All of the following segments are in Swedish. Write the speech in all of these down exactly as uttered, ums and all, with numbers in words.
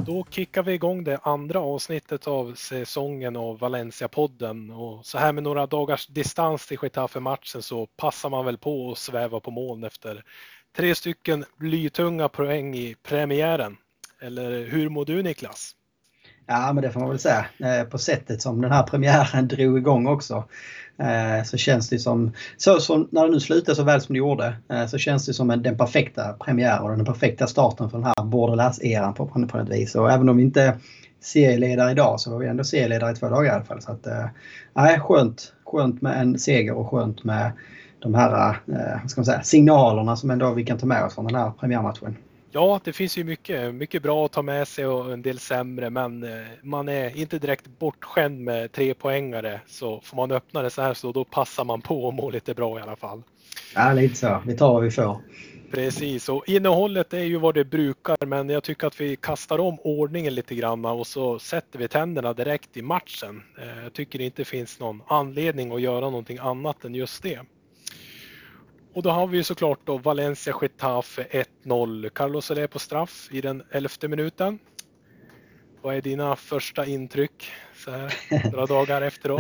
Då kickar vi igång det andra avsnittet av säsongen av Valencia-podden. Och så här med några dagars distans till Getafe-matchen så passar man väl på att sväva på moln efter tre stycken blytunga poäng i premiären. Eller hur mår du, Niklas? Ja, men det får man väl säga. På sättet som den här premiären drog igång också. Så känns det som, så som när det nu slutar så väl som det gjorde, så känns det som en, den perfekta premiären och den perfekta starten för den här Bordelas-eran på, på något vis. Och även om vi inte är serieledare idag så var vi ändå serieledare i två dagar i alla fall. Så att, nej, skönt, skönt med en seger och skönt med de här vad ska man säga, signalerna som ändå vi kan ta med oss från den här premiärmatchen. Ja, det finns ju mycket, mycket bra att ta med sig och en del sämre, men man är inte direkt bortskämd med tre poängare, så får man öppna det så här så då passar man på och må lite bra i alla fall. Ja, lite så. Vi tar vad vi får. Precis, och innehållet är ju vad det brukar, men jag tycker att vi kastar om ordningen lite grann och så sätter vi tänderna direkt i matchen. Jag tycker det inte finns någon anledning att göra någonting annat än just det. Och då har vi ju såklart då Valencia Getafe ett noll. Carlos Soler på straff i den elfte minuten. Vad är dina första intryck så här några dagar efteråt?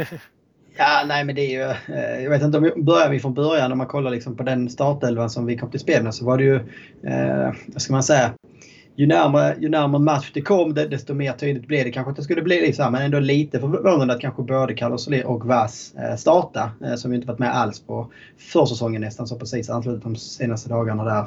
Ja, nej men det är ju, jag vet inte om vi börjar vi från början när man kollar liksom på den startelvan som vi kom till spel med, så var det ju, eh, vad ska man säga, ju närmare, ju närmare match det kom, desto mer tydligt blev det. Kanske att det skulle bli liksom, men ändå lite förvånande att kanske både Carlos Soler och Vaz starta, som ju inte varit med alls på försäsongen nästan, så precis anslutat de senaste dagarna där.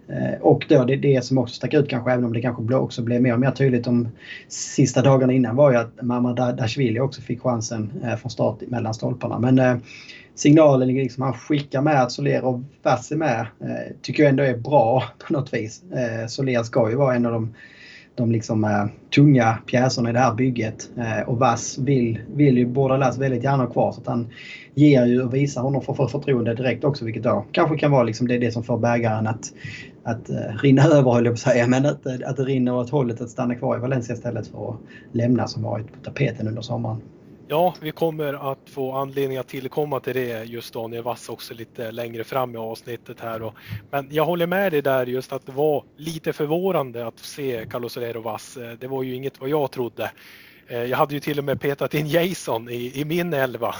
Och då det, det som också stack ut kanske, även om det kanske också blev mer och mer tydligt de sista dagarna innan, var ju att Mamardashvili också fick chansen från start mellan stolparna. Men signalen liksom han skickar med att Soler och Vaz är med, eh, tycker jag ändå är bra på något vis. Eh, Soler ska ju vara en av de, de liksom, eh, tunga pjäserna i det här bygget. Eh, och Vaz vill, vill ju Bordelas väldigt gärna kvar, så att han ger ju och visar honom för, för förtroende direkt också, vilket då kanske kan vara liksom det, det som får bägaren att, att uh, rinna över, höll jag på att säga, men att, att det rinner åt hållet att stanna kvar i Valencia istället för att lämna, som varit på tapeten under sommaren. Ja, vi kommer att få anledning att tillkomma till det just Daniel Vaz också lite längre fram i avsnittet här. Och, men jag håller med dig där just att det var lite förvårande att se Carlos Soler och Vaz. Det var ju inget vad jag trodde. Jag hade ju till och med petat in Jason i, i min elva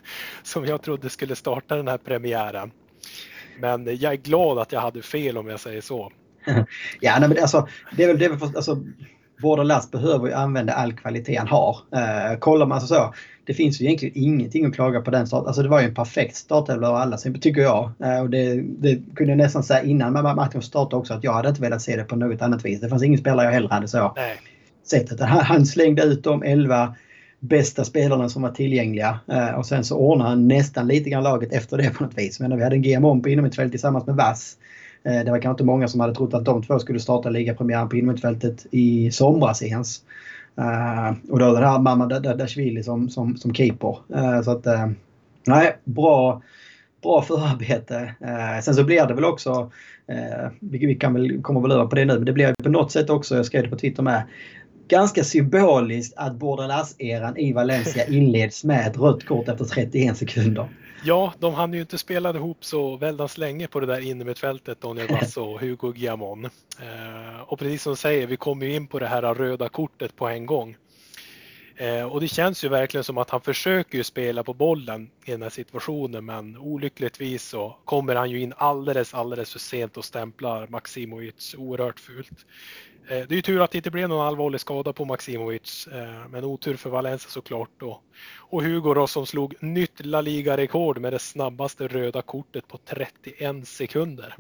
som jag trodde skulle starta den här premiären. Men jag är glad att jag hade fel, om jag säger så. Ja, nej, men alltså, det är väl det vi får, alltså, Bordelas behöver ju använda all kvalitet han har. Eh, kollar man alltså så, det finns ju egentligen ingenting att klaga på den start. Alltså det var ju en perfekt startelva av alla, så tycker jag. Eh, och det, det kunde jag nästan säga innan matchen startade också, att jag hade inte velat se det på något annat vis. Det fanns ingen spelare jag hellre hade så. Nej. Sättet. Han, han slängde ut de elva bästa spelarna som var tillgängliga, eh, och sen så ordnade han nästan lite grann laget efter det på något vis. Men vi hade en G M om på innermittfältet tillsammans med Vaz. Det var kanske inte många som hade trott att de två skulle starta ligapremiären på innermittfältet i somras ens. Uh, och då den här Mamardashvili som, som, som keeper. Uh, så att, uh, nej, bra, bra förarbete. Uh, sen så blir det väl också, uh, vi, vi kan väl komma väl över på det nu, men det blir på något sätt också, jag skrev det på Twitter med, ganska symboliskt att Bordelas-eran i Valencia inleds med ett rött kort efter trettioen sekunder. Ja, de hann ju inte spela ihop så väldigt länge på det där innermittfältet, Daniel Vaz och Hugo Guillamon. Eh, och precis som du säger, vi kommer ju in på det här röda kortet på en gång. Eh, och det känns ju verkligen som att han försöker ju spela på bollen i den här situationen, men olyckligtvis så kommer han ju in alldeles, alldeles för sent och stämplar Maksimovic oerhört fult. Eh, det är ju tur att det inte blev någon allvarlig skada på Maksimovic, eh, men otur för Valencia såklart då. Och Hugo då, som slog nytt La Liga-rekord med det snabbaste röda kortet på trettioen sekunder.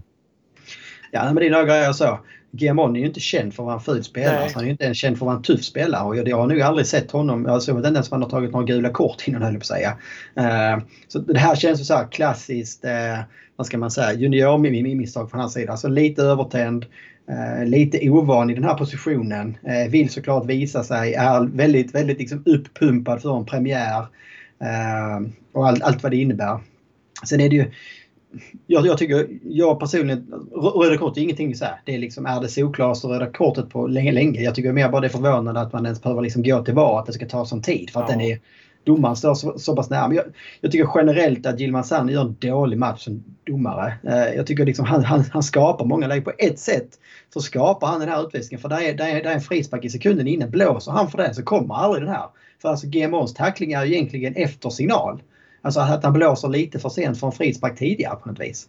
Ja, men det är några grejer så. Guillamon är ju inte känd för att vara en ful spelare. Han är ju inte ens känd för att vara en tuff spelare. Och jag har nog aldrig sett honom. Jag såg inte ens att han har tagit några gula kort innan, höll jag på att säga. Uh, så det här känns ju så här klassiskt, uh, vad ska man säga, junior-misstag från hans sida. Alltså lite övertänd, uh, lite ovan i den här positionen. Uh, vill såklart visa sig, är väldigt, väldigt liksom upppumpad för en premiär. Uh, och allt, allt vad det innebär. Sen är det ju, Jag, jag tycker, jag personligen, röda kort är ingenting så här. Det är liksom, är det solklart och röda kortet på länge, länge. Jag tycker mer bara det är förvånande att man ens behöver liksom gå till var, att det ska ta sån tid. För att ja. den är, domaren står så, så pass nära. Men jag, jag tycker generellt att Yilmaz Sanna gör en dålig match som domare. Eh, jag tycker liksom han, han, han skapar många lägen. På ett sätt så skapar han den här utvisningen. För där är, där är, där är en frispark i sekunden inne. Blåser han för det så kommer aldrig den här. För alltså G M Ons tackling är egentligen efter signal. Alltså att han blåser lite för sent för en frispark tidigare på något vis.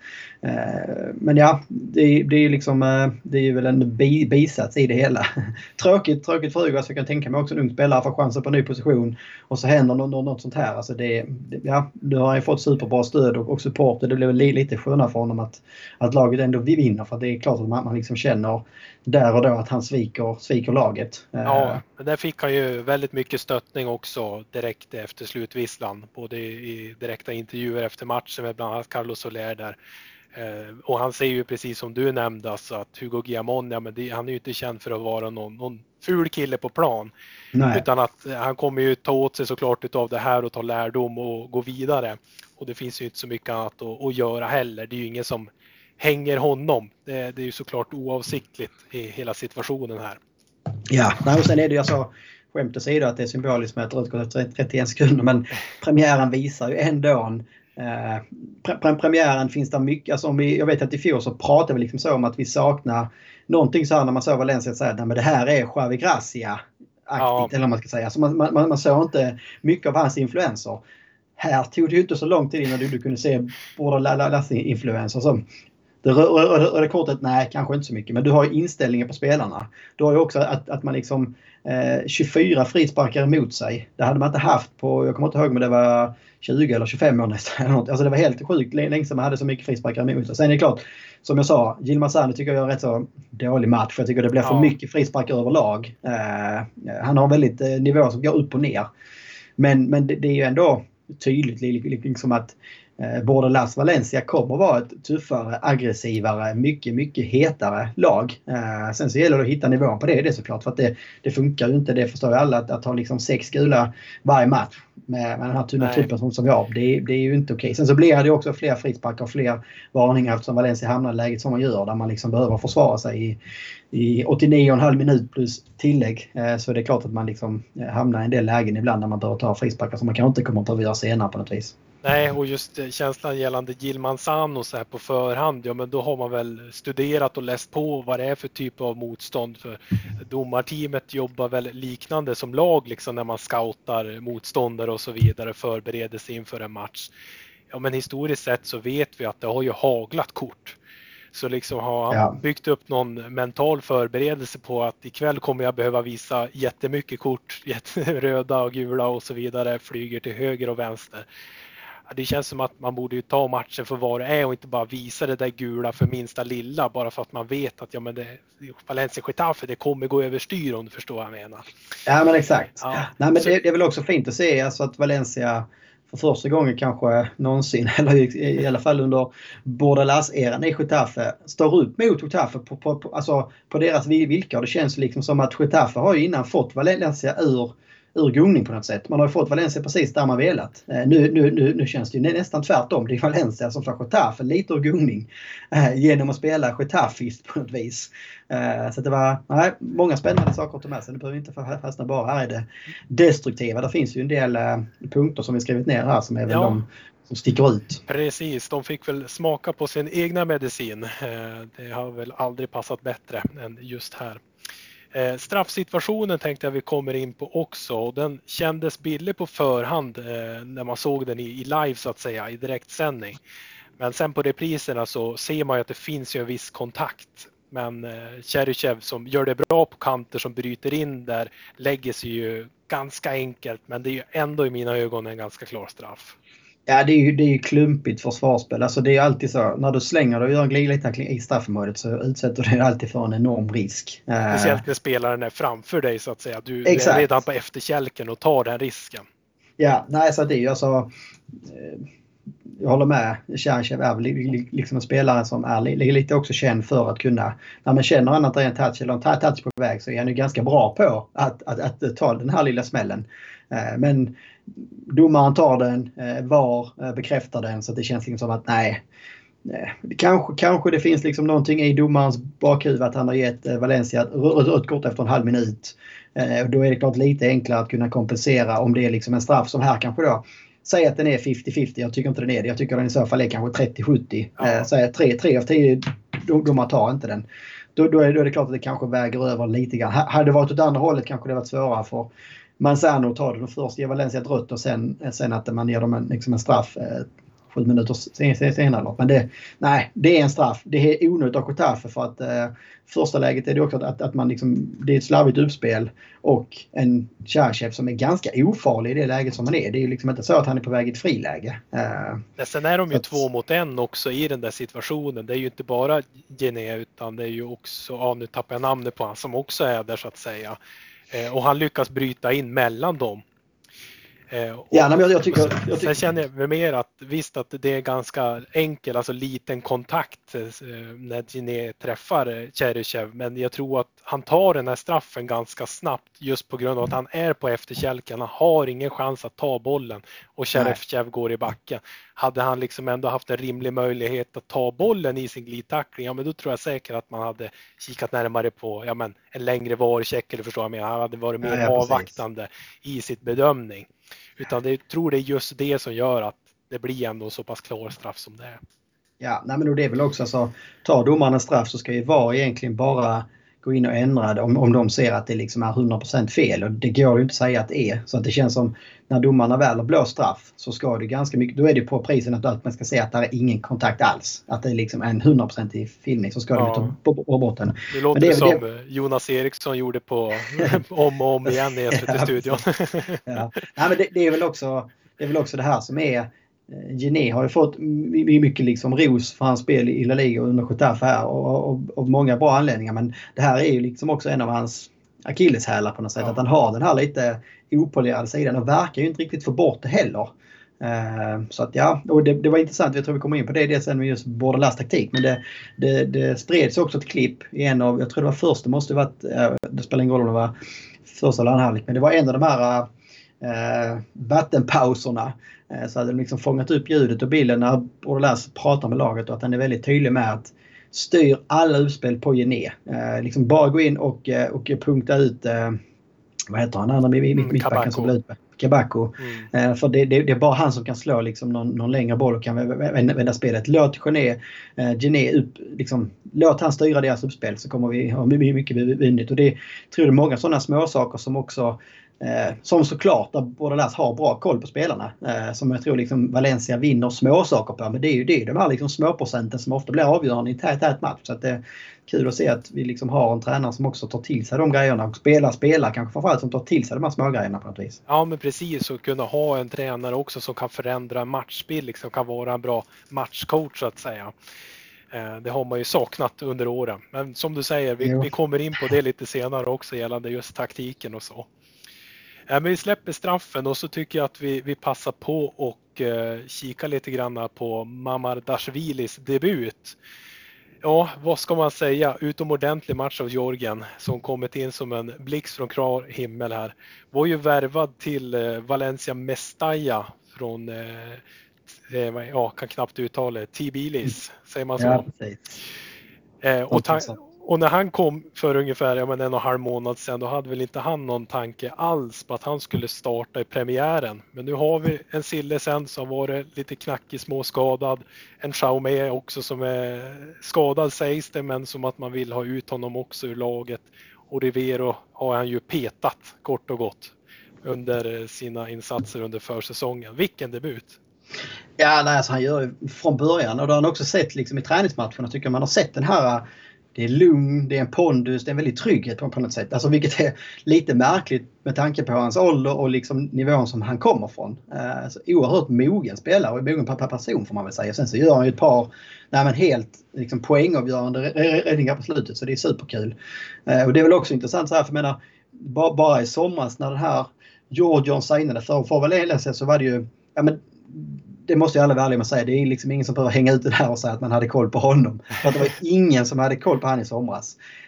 Eh, men ja, det, det är ju liksom eh, det är väl en bi, bisats i det hela. tråkigt, tråkigt för Uruguay, så jag kan tänka mig också en ung spelare får chansen på en ny position och så händer något, något sånt här. Alltså det, det, ja, nu har han ju fått superbra stöd och, och support. Det blev li, lite skönare för honom att, att laget ändå vinner, för det är klart att man, man liksom känner där och då att han sviker, sviker laget. Ja, men där fick han ju väldigt mycket stöttning också direkt efter slutvisslan. Både i direkta intervjuer efter matchen med bland annat Carlos Soler där. Eh, och han säger ju precis som du nämnde, alltså att Hugo Guillamón, ja, men det, han är ju inte känd för att vara någon, någon ful kille på plan. Nej. Utan att han kommer ju ta åt sig såklart utav det här och ta lärdom och gå vidare. Och det finns ju inte så mycket annat att, att göra heller. Det är ju ingen som hänger honom. Det, det är ju såklart oavsiktligt i hela situationen här. Ja, och sen är det ju alltså skämt åsido att det är symboliskt med ett rött kort efter trettioen sekunder, men premiären visar ju ändå en eh, pre- pre- premiären finns där mycket, alltså om vi, jag vet att i fjol så pratade vi liksom så om att vi saknar någonting så här när man såg Valencia säga att det här är Xavi Gracia aktigt, ja. Eller man ska säga. Alltså man, man, man såg inte mycket av hans influenser. Här tog det ju inte så lång tid innan du, du kunde se båda Lasses influenser som det röda kortet, nej, kanske inte så mycket. Men du har ju inställningen på spelarna. Du har ju också att, att man liksom eh, tjugofyra frisparkar emot sig. Det hade man inte haft på, jag kommer inte ihåg, men det var tjugo eller tjugofem år nästan. Alltså det var helt sjukt länge sedan man hade så mycket frisparkar emot sig. Sen är det klart, som jag sa, Yilmaz Sanna tycker jag gör en rätt så dålig match. För jag tycker det blir för ja. mycket frisparkar överlag. Eh, han har väldigt eh, nivå som går upp och ner. Men, men det, det är ju ändå tydligt liksom att Eh, både Las Valencia kommer vara ett tuffare, aggressivare, mycket, mycket hetare lag. Eh, sen så gäller det att hitta nivån på det, det är såklart. För att det, det funkar ju inte, det förstår ju alla, att, att ha liksom sex gula varje match med, med den här tunna truppen som, som vi har. Det, det är ju inte okej. Sen så blir det också fler frisparkar och fler varningar eftersom Valencia hamnar i läget som man gör, där man liksom behöver försvara sig i, i åttionio komma fem minut plus tillägg. Eh, så det är klart att man liksom hamnar i en del lägen ibland när man behöver ta frisparkar som man kanske inte kommer att behöva göra senare på något vis. Nej, och just känslan gällande Yilmaz Sanna så här på förhand, ja men då har man väl studerat och läst på vad det är för typ av motstånd. För domarteamet jobbar väl liknande som lag liksom när man scoutar motståndare och så vidare, förbereder sig inför en match. Ja men historiskt sett så vet vi att det har ju haglat kort. Så liksom har han ja. byggt upp någon mental förberedelse på att ikväll kommer jag behöva visa jättemycket kort, röda och gula och så vidare, flyger till höger och vänster. Det känns som att man borde ju ta matchen för vad det är och inte bara visa det där gula för minsta lilla bara för att man vet att ja, men det, Valencia Getafe, det kommer gå överstyr, om du förstår vad jag menar. Ja men exakt. Ja. Nej, men det, det är väl också fint att se alltså att Valencia för första gången kanske någonsin, eller i, i alla fall under Bordalas-eran i Getafe, står upp mot Getafe på, på, på, alltså på deras villkor. Det känns liksom som att Getafe har ju innan fått Valencia ur ur gungning på något sätt. Man har ju fått Valencia precis där man velat. Eh, nu, nu, nu, nu känns det ju nästan tvärtom. Det är Valencia som får Getafe lite ur gungning eh, genom att spela Getafist på något vis. Eh, så det var nej, många spännande saker att ta med sig. Det behöver inte fastna bara här i det destruktiva. Det finns ju en del eh, punkter som vi skrivit ner här som är väl ja. de som sticker ut. Precis, de fick väl smaka på sin egna medicin. Eh, det har väl aldrig passat bättre än just här. Eh, straffsituationen tänkte jag vi kommer in på också, och den kändes billig på förhand eh, när man såg den i, i live så att säga, i direktsändning. Men sen på repriserna så ser man ju att det finns ju en viss kontakt. Men eh, Cheryshev som gör det bra på kanter, som bryter in där, lägger sig ju ganska enkelt, men det är ju ändå i mina ögon en ganska klar straff. Ja, det är ju, det är ju klumpigt försvarsspel. Alltså det är alltid så, när du slänger och gör en glidtackling i straffområdet så utsätter du dig alltid för en enorm risk. Speciellt när spelaren är framför dig så att säga. Du, du är redan på efterkälken och tar den risken. Ja, nej så det är ju alltså... Jag håller med. Cheryshev är liksom en spelare som är lite också känd för att kunna... När man känner att det är en touch eller en touch på väg så är han ju ganska bra på att, att, att ta den här lilla smällen. Men domaren tar den, V A R bekräftar den, så det känns liksom som att nej, nej, kanske, kanske det finns liksom någonting i domarens bakhuvud att han har gett eh, Valencia ett rött kort efter en halv minut. Eh, och då är det klart lite enklare att kunna kompensera om det är liksom en straff som här kanske då. Säg att den är femtio femtio, jag tycker inte den är det. Jag tycker den i så fall är kanske trettio sjuttio. Ja. Eh, säg att tre av tio domar tar inte den. Då, då, är, då är det klart att det kanske väger över lite grann. H- hade det varit åt andra hållet kanske det varit svårare för Manzano att ta det. Först ger Valencia ett rött och sen, sen att man ger dem en, liksom en straff eh, sju minuter senare. Men det, nej, det är en straff. Det är onödigt av Getafe för att eh, första läget är det också att, att man liksom, det är ett slarvigt uppspel och en Cherchev som är ganska ofarlig i det läget som han är. Det är ju liksom inte så att han är på väg i ett friläge. Eh, Sen är de ju att, två mot en också i den där situationen. Det är ju inte bara Gené utan det är ju också, ja nu tappar jag namnet på han som också är där så att säga. Eh, och han lyckas bryta in mellan dem. Eh, och, ja, men jag, jag tycker, sen, jag tycker... sen känner jag mer att visst att det är ganska enkel, alltså liten kontakt eh, när Gené träffar Cherchev, men jag tror att han tar den här straffen ganska snabbt just på grund av att han är på efterkälken. Han har ingen chans att ta bollen och Cherchev går i backen. Hade han liksom ändå haft en rimlig möjlighet att ta bollen i sin glidtackling, ja men då tror jag säkert att man hade kikat närmare på ja, men en längre varcheck eller förstår jag, men han hade varit mer ja, ja, avvaktande i sitt bedömning. Utan det, jag tror det är just det som gör att det blir ändå så pass klar straff som det är. Ja, nej, men det är väl också så, tar domaren en straff så ska ju vara egentligen bara gå in och ändra det om, om de ser att det liksom är hundra procent fel. Och det går ju inte att säga att det är. Så att det känns som när domarna väl har blåst straff så ska det ganska mycket, då är det på prisen att man ska säga att det är ingen kontakt alls. Att det är liksom en hundra procent i filmning så ska ja. det ta bort den. Det låter det, som det... Jonas Eriksson gjorde på om och om igen i S V T-studion. ja. Nej, men det, det, är väl också, det är väl också det här som är Gené har ju fått mycket liksom ros för hans spel i La Liga under Getafe här och, och, och många bra anledningar, men det här är ju liksom också en av hans akilleshälar på något sätt, ja. Att han har den här lite opolerade sidan och verkar ju inte riktigt få bort det heller. Uh, så att ja, och det, det var intressant, jag tror vi kommer in på det, det sen med just Bordelas taktik, men det, det, det spreds också ett klipp i en av, jag tror det var först, det måste varit, uh, det spelar ingen roll om det var första eller andra halvlek, men det var en av de här uh, vattenpauserna. Så hade de liksom fångat upp ljudet och bilden när Bordelas pratar med laget och att han är väldigt tydlig med att styr alla utspel på Gené. Eh, liksom bara gå in och, och punkta ut, eh, vad heter han, andra mittbacken som blir ut med Kabako. Mm. Eh, för det, det, det är bara han som kan slå liksom någon, någon längre boll och kan vända, vända spelet. Låt Gené, eh, Gené upp, liksom, låt han styra deras uppspel så kommer vi ha mycket, mycket vunnit. Och det tror jag är många sådana små saker som också Eh, som såklart där Bordelas har bra koll på spelarna. Eh, som jag tror liksom Valencia vinner små saker på. Men det är ju det, de här liksom småprocenten som ofta blir avgörande i tät, tät match. Så att det är kul att se att vi liksom har en tränare som också tar till sig de grejerna. Och spelar, spelar kanske framförallt som tar till sig de här små grejerna på något vis. Ja men precis, och kunna ha en tränare också som kan förändra matchbild. Liksom kan vara en bra matchcoach så att säga. Det har man ju saknat under åren. Men som du säger, vi, vi kommer in på det lite senare också gällande just taktiken och så. Men vi släpper straffen och så tycker jag att vi, vi passar på och eh, kika lite grann på Mamardashvilis debut. Ja, vad ska man säga? Utomordentlig match av Georgien som kommit in som en blixt från klar himmel här. Var ju värvad till eh, Valencia Mestalla från, eh, eh, ja, kan knappt uttala det, Tbilis, säger man så? Ja, precis. Eh, och ta- Och när han kom för ungefär ja, men en och en halv månad sedan, då hade väl inte han någon tanke alls på att han skulle starta i premiären. Men nu har vi en Sille sen som varit lite knackig, småskadad. En Xiaomé också som är skadad sägs det, men som att man vill ha ut honom också ur laget. Och Rivero har han ju petat kort och gott under sina insatser under försäsongen. Vilken debut! Ja, nej, alltså han gör ju från början, och då har han också sett liksom i träningsmatcherna, tycker man har sett den här. Det är lugn, det är en pondus, det är en väldigt trygghet på, på något sätt. Alltså, vilket är lite märkligt med tanke på hans ålder och liksom nivån som han kommer från. Alltså, oerhört mogen spelare och mogen per person får man väl säga. Sen så gör han ju ett par nej, men helt liksom, poängavgörande räddningar på slutet, så det är superkul. Och det är väl också intressant så här, för jag menar, bara, bara i somras när den här Georgian signade för, för Valencia så var det ju, ja men det måste jag alla vara ärlig med att säga. Det är liksom ingen som behöver hänga ut det där och säga att man hade koll på honom. För att det var ingen som hade koll på han i somras.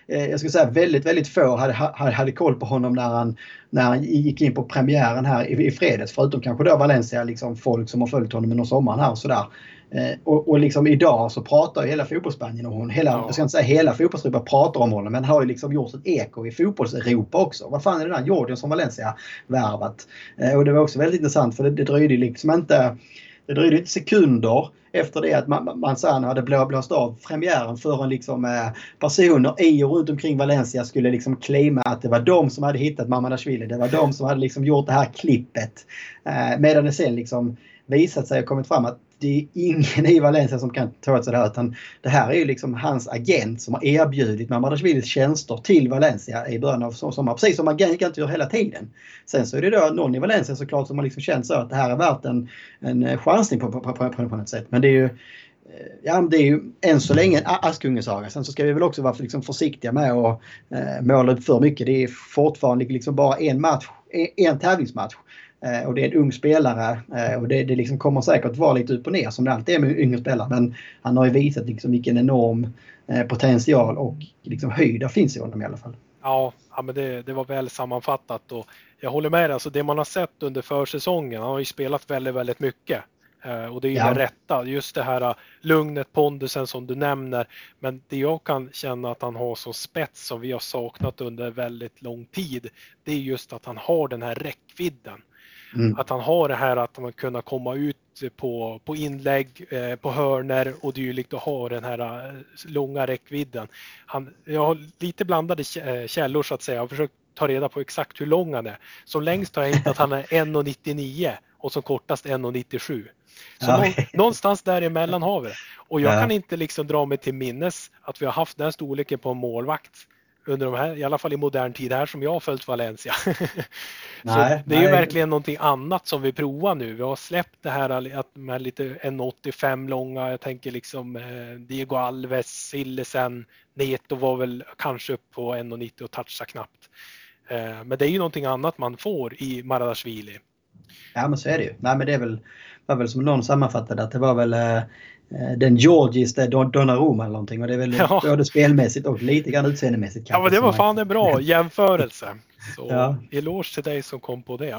eh, jag skulle säga väldigt, väldigt få hade, hade, hade koll på honom när han, när han gick in på premiären här i, i fredags. Förutom kanske då Valencia, liksom folk som har följt honom under sommaren här och sådär. Eh, och, och liksom idag så pratar ju hela fotbollsspanien om honom. Hela, ja. Jag ska inte säga hela fotbollseuropa pratar om honom, men har ju liksom gjort ett eko i fotbollseuropa också. Vad fan är det där Jordan som Valencia värvat? Eh, och det var också väldigt intressant, för det, det dröjde liksom inte det dröjde inte sekunder efter det att man, man sen hade blå, blåst av premiären förrän liksom, eh, personer i och runt omkring Valencia skulle liksom claima att det var de som hade hittat Mamardashvili. Det var de som hade liksom gjort det här klippet. Eh, medan det sen liksom visat sig och kommit fram att det är ingen i Valencia som kan ta åt sig det här, utan det här är ju liksom hans agent som har erbjudit Mamardashvilis tjänster till Valencia i början av sommaren. Precis som agent gör hela tiden. Sen så är det då någon i Valencia såklart som har liksom känt så att det här är värt en, en chansning på, på, på, på, på något sätt. Men det är ju Ja, det är ju än så länge en Askungesaga. Sen så ska vi väl också vara liksom försiktiga med att eh, måla upp för mycket. Det är fortfarande liksom bara en match, en tävlingsmatch. Eh, och det är en ung spelare. Eh, och det, det liksom kommer säkert vara lite upp och ner som det alltid är med yngre spelare. Men han har ju visat liksom vilken enorm eh, potential och liksom höjda finns i honom i alla fall. Ja, ja men det, det var väl sammanfattat. Och jag håller med dig. Alltså det man har sett under försäsongen. Han har ju spelat väldigt, väldigt mycket. Och det är ju ja. det rätta, just det här lugnet, pondusen som du nämner. Men det jag kan känna att han har som spets som vi har saknat under väldigt lång tid, det är just att han har den här räckvidden. Mm. Att han har det här att man kunna komma ut på, på inlägg, eh, på hörner och dylikt och ha den här eh, långa räckvidden. Han, jag har lite blandade källor så att säga. Jag har försökt ta reda på exakt hur lång han är. Som längst har jag hittat att han är en komma nittionio och som kortast en komma nittiosju. Så ja. någonstans däremellan har vi det. Och jag ja. kan inte liksom dra mig till minnes att vi har haft den storleken på en målvakt under de här, i alla fall i modern tid här som jag har följt Valencia. Nej, så det är nej. ju verkligen någonting annat som vi provar nu. Vi har släppt det här att med lite en komma åttiofem långa, jag tänker liksom eh, Diego Alves, Sillesen, Neto var väl kanske upp på en komma nittio och toucha knappt. Eh, men det är ju någonting annat man får i Mamardashvili. Ja men så är det ju. Nej men det är väl, var väl som någon sammanfattade att det var väl eh, den Georgis Don, Donnarumma eller någonting. Och det är väl ja. både spelmässigt och lite grann utseendemässigt. Ja men det var fan en bra jämförelse. Så ja. eloge till dig som kom på det.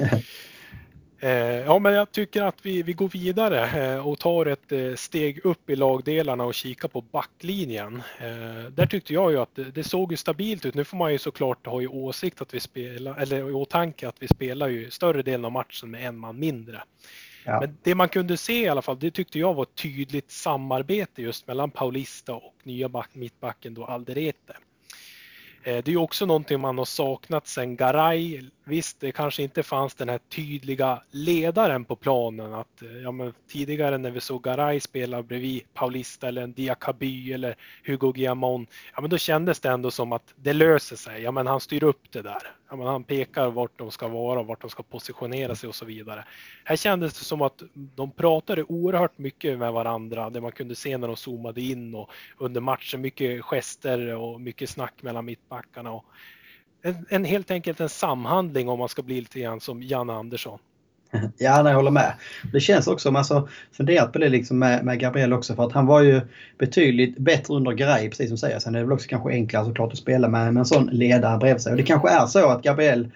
eh, ja men jag tycker att vi, vi går vidare eh, och tar ett eh, steg upp i lagdelarna och kikar på backlinjen. Eh, där tyckte jag ju att det, det såg ju stabilt ut. Nu får man ju såklart ha i åsikt att vi spelar, eller i åtanke att vi spelar ju större delen av matchen med en man mindre. Ja. Men det man kunde se i alla fall, det tyckte jag var ett tydligt samarbete just mellan Paulista och nya back, mittbacken då Alderete. Det är ju också någonting man har saknat sen Garay. Visst, det kanske inte fanns den här tydliga ledaren på planen. Att, ja, men tidigare när vi såg Garay spela bredvid Paulista eller en Diakaby eller Hugo Guillamon. Ja, men då kändes det ändå som att det löser sig. Ja, men han styr upp det där. Ja, men han pekar vart de ska vara, vart de ska positionera sig och så vidare. Här kändes det som att de pratade oerhört mycket med varandra. Det man kunde se när de zoomade in och under matchen. Mycket gester och mycket snack mellan mittbackarna. Och en, en helt enkelt en samhandling om man ska bli lite grann som Jan Andersson. Ja, nej, jag håller med. Det känns också, man har funderat på det liksom med, med Gabriel också, för att han var ju betydligt bättre under Garay, precis som säger. Sen är det väl också kanske enklare såklart att spela med, med en sån ledare bredvid sig. Och det kanske är så att Gabriel,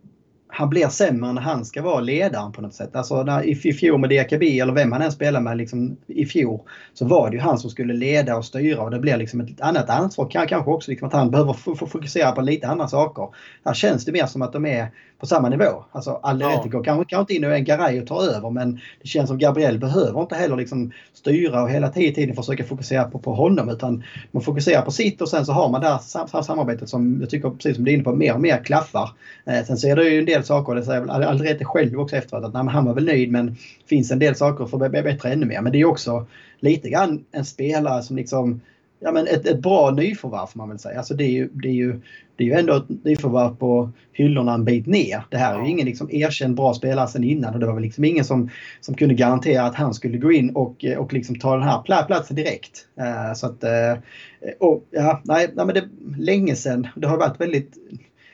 han blir sämre när han ska vara ledaren på något sätt. Alltså när, i fjol med Diakaby eller vem han än spelar med liksom, i fjol, så var det ju han som skulle leda och styra, och det blir liksom ett annat ansvar. Kanske också liksom att han behöver f- f- fokusera på lite andra saker. Här känns det mer som att de är på samma nivå. Alltså Alderete går kanske, kanske inte in och en Garay och tar över, men det känns som Gabriel behöver inte heller liksom styra och hela tiden försöka fokusera på, på honom, utan man fokuserar på sitt, och sen så har man det här sam- samarbetet som jag tycker, precis som du är inne på, mer och mer klaffar. Eh, sen så är det ju en del saker, det säger väl Alderete själv också efteråt, att nej, han var väl nöjd, men finns en del saker för att bättre ännu mer. Men det är också lite grann en spelare som liksom, ja men ett, ett bra nyförvärv får man väl säga. Alltså det är ju, det är ju, det är ju ändå ett nyförvärv på hyllorna en bit ner. Det här är ju ingen liksom erkänd bra spelare sedan innan, och det var väl liksom ingen som, som kunde garantera att han skulle gå in och, och liksom ta den här platsen direkt. Uh, så att, uh, och ja, nej, nej men det länge sedan, det har varit väldigt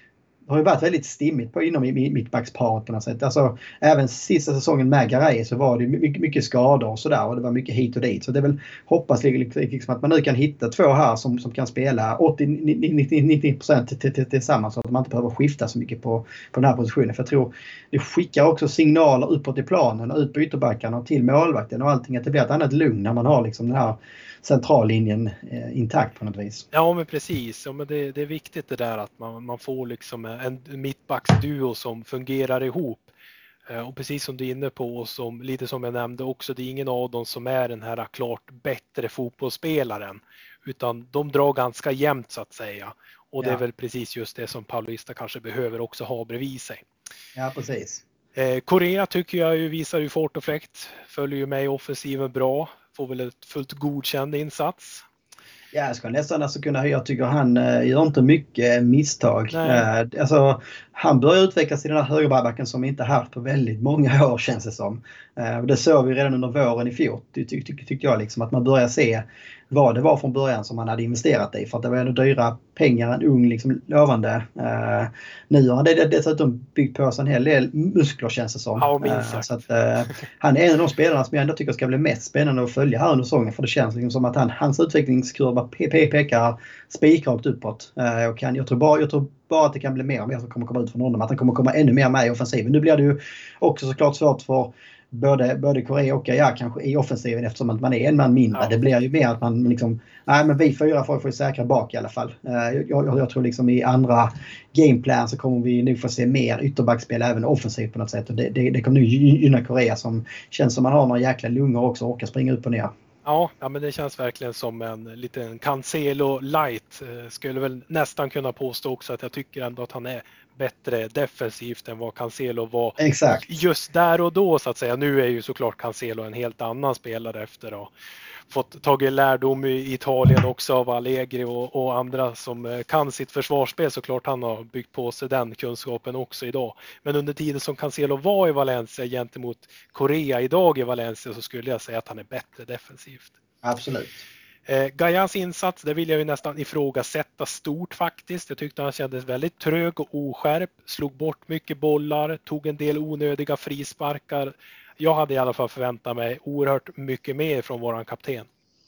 har ju varit väldigt stimmigt på inom mittbacksparet på något sätt. Alltså, även sista säsongen med Garay så var det mycket, mycket skador och sådär och det var mycket hit och dit. Så det är väl hoppas liksom att man nu kan hitta två här som, som kan spela åttio till nittio procent tillsammans så att man inte behöver skifta så mycket på, på den här positionen. För jag tror det skickar också signaler uppåt i planen och ut på ytterbackarna och till målvakten och allting att det blir ett annat lugn när man har liksom den här centrallinjen eh, intakt på något vis. Ja men precis, ja, men det, det är viktigt det där att man, man får liksom en mittbacksduo som fungerar ihop. Eh, och precis som du är inne på och som, lite som jag nämnde också, det är ingen av dem som är den här klart bättre fotbollsspelaren utan de drar ganska jämnt så att säga. Och det ja. är väl precis just det som Paulista kanske behöver också ha bredvid sig. Ja precis. Eh, Korea tycker jag ju visar ju fart och fläkt, följer ju med i offensiven bra. Får väl ett fullt godkänd insats. Ja, jag ska nästan alltså kunna höra. Jag tycker han uh, gör inte mycket misstag. Uh, alltså, han börjar utvecklas i den här högerbacken som vi inte haft på väldigt många år känns det som. Uh, det såg vi redan under våren i fjol. Tyckte ty, ty, ty, jag liksom att man börjar se vad det var från början som man hade investerat i. För att det var ändå dyra pengar, en ung liksom, lovande. Uh, nu har det dessutom byggt på sig en hel del muskler känns det som. Ja, minst sagt. Uh, så att, uh, han är en av de spelarna som jag ändå tycker ska bli mest spännande att följa här under säsongen. För det känns liksom som att han, hans utvecklingskurva P P pekar spikrakt uppåt. Uh, och kan, jag, tror bara, jag tror bara att det kan bli mer och mer som kommer komma ut från honom. Att han kommer komma ännu mer med i offensiven. Nu blir det ju också såklart svårt för både, både Korea och Gaia kanske i offensiven eftersom att man är en man mindre. Ja. Det blir ju mer att man liksom, nej men vi fyra får, får säkra bak i alla fall. Uh, jag, jag tror liksom i andra gameplan så kommer vi nu få se mer ytterbackspel även offensivt på något sätt. Och det, det, det kommer nu gynna Korea som känns som man har några jäkla lungor också och orkar springa upp och ner. Ja, ja, men det känns verkligen som en liten Cancelo light. Skulle väl nästan kunna påstå också att jag tycker ändå att han är bättre defensivt än vad Cancelo var. Exakt. Just där och då så att säga. Nu är ju såklart Cancelo en helt annan spelare efter att fått tagit lärdom i Italien också av Allegri och, och andra som kan sitt försvarsspel. Såklart han har byggt på sig den kunskapen också idag. Men under tiden som Cancelo var i Valencia gentemot Korea idag i Valencia så skulle jag säga att han är bättre defensivt. Absolut. Eh, Gaias insats, det vill jag ju nästan ifrågasätta stort faktiskt. Jag tyckte han kändes väldigt trög och oskärp. Slog bort mycket bollar, tog en del onödiga frisparkar. Jag hade i alla fall förväntat mig oerhört mycket mer från våran kapten.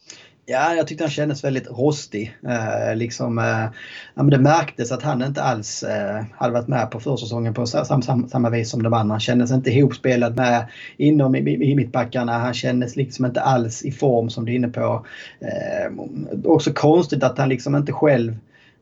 Ja, jag tyckte han kändes väldigt rostig. Eh, liksom, eh, ja, men det märktes att han inte alls eh, hade varit med på försäsongen på sam, sam, samma vis som de andra. Han kändes inte ihopspelad med inom i, i, i mittbackarna. Han kändes liksom inte alls i form som du är inne på. Eh, också konstigt att han liksom inte själv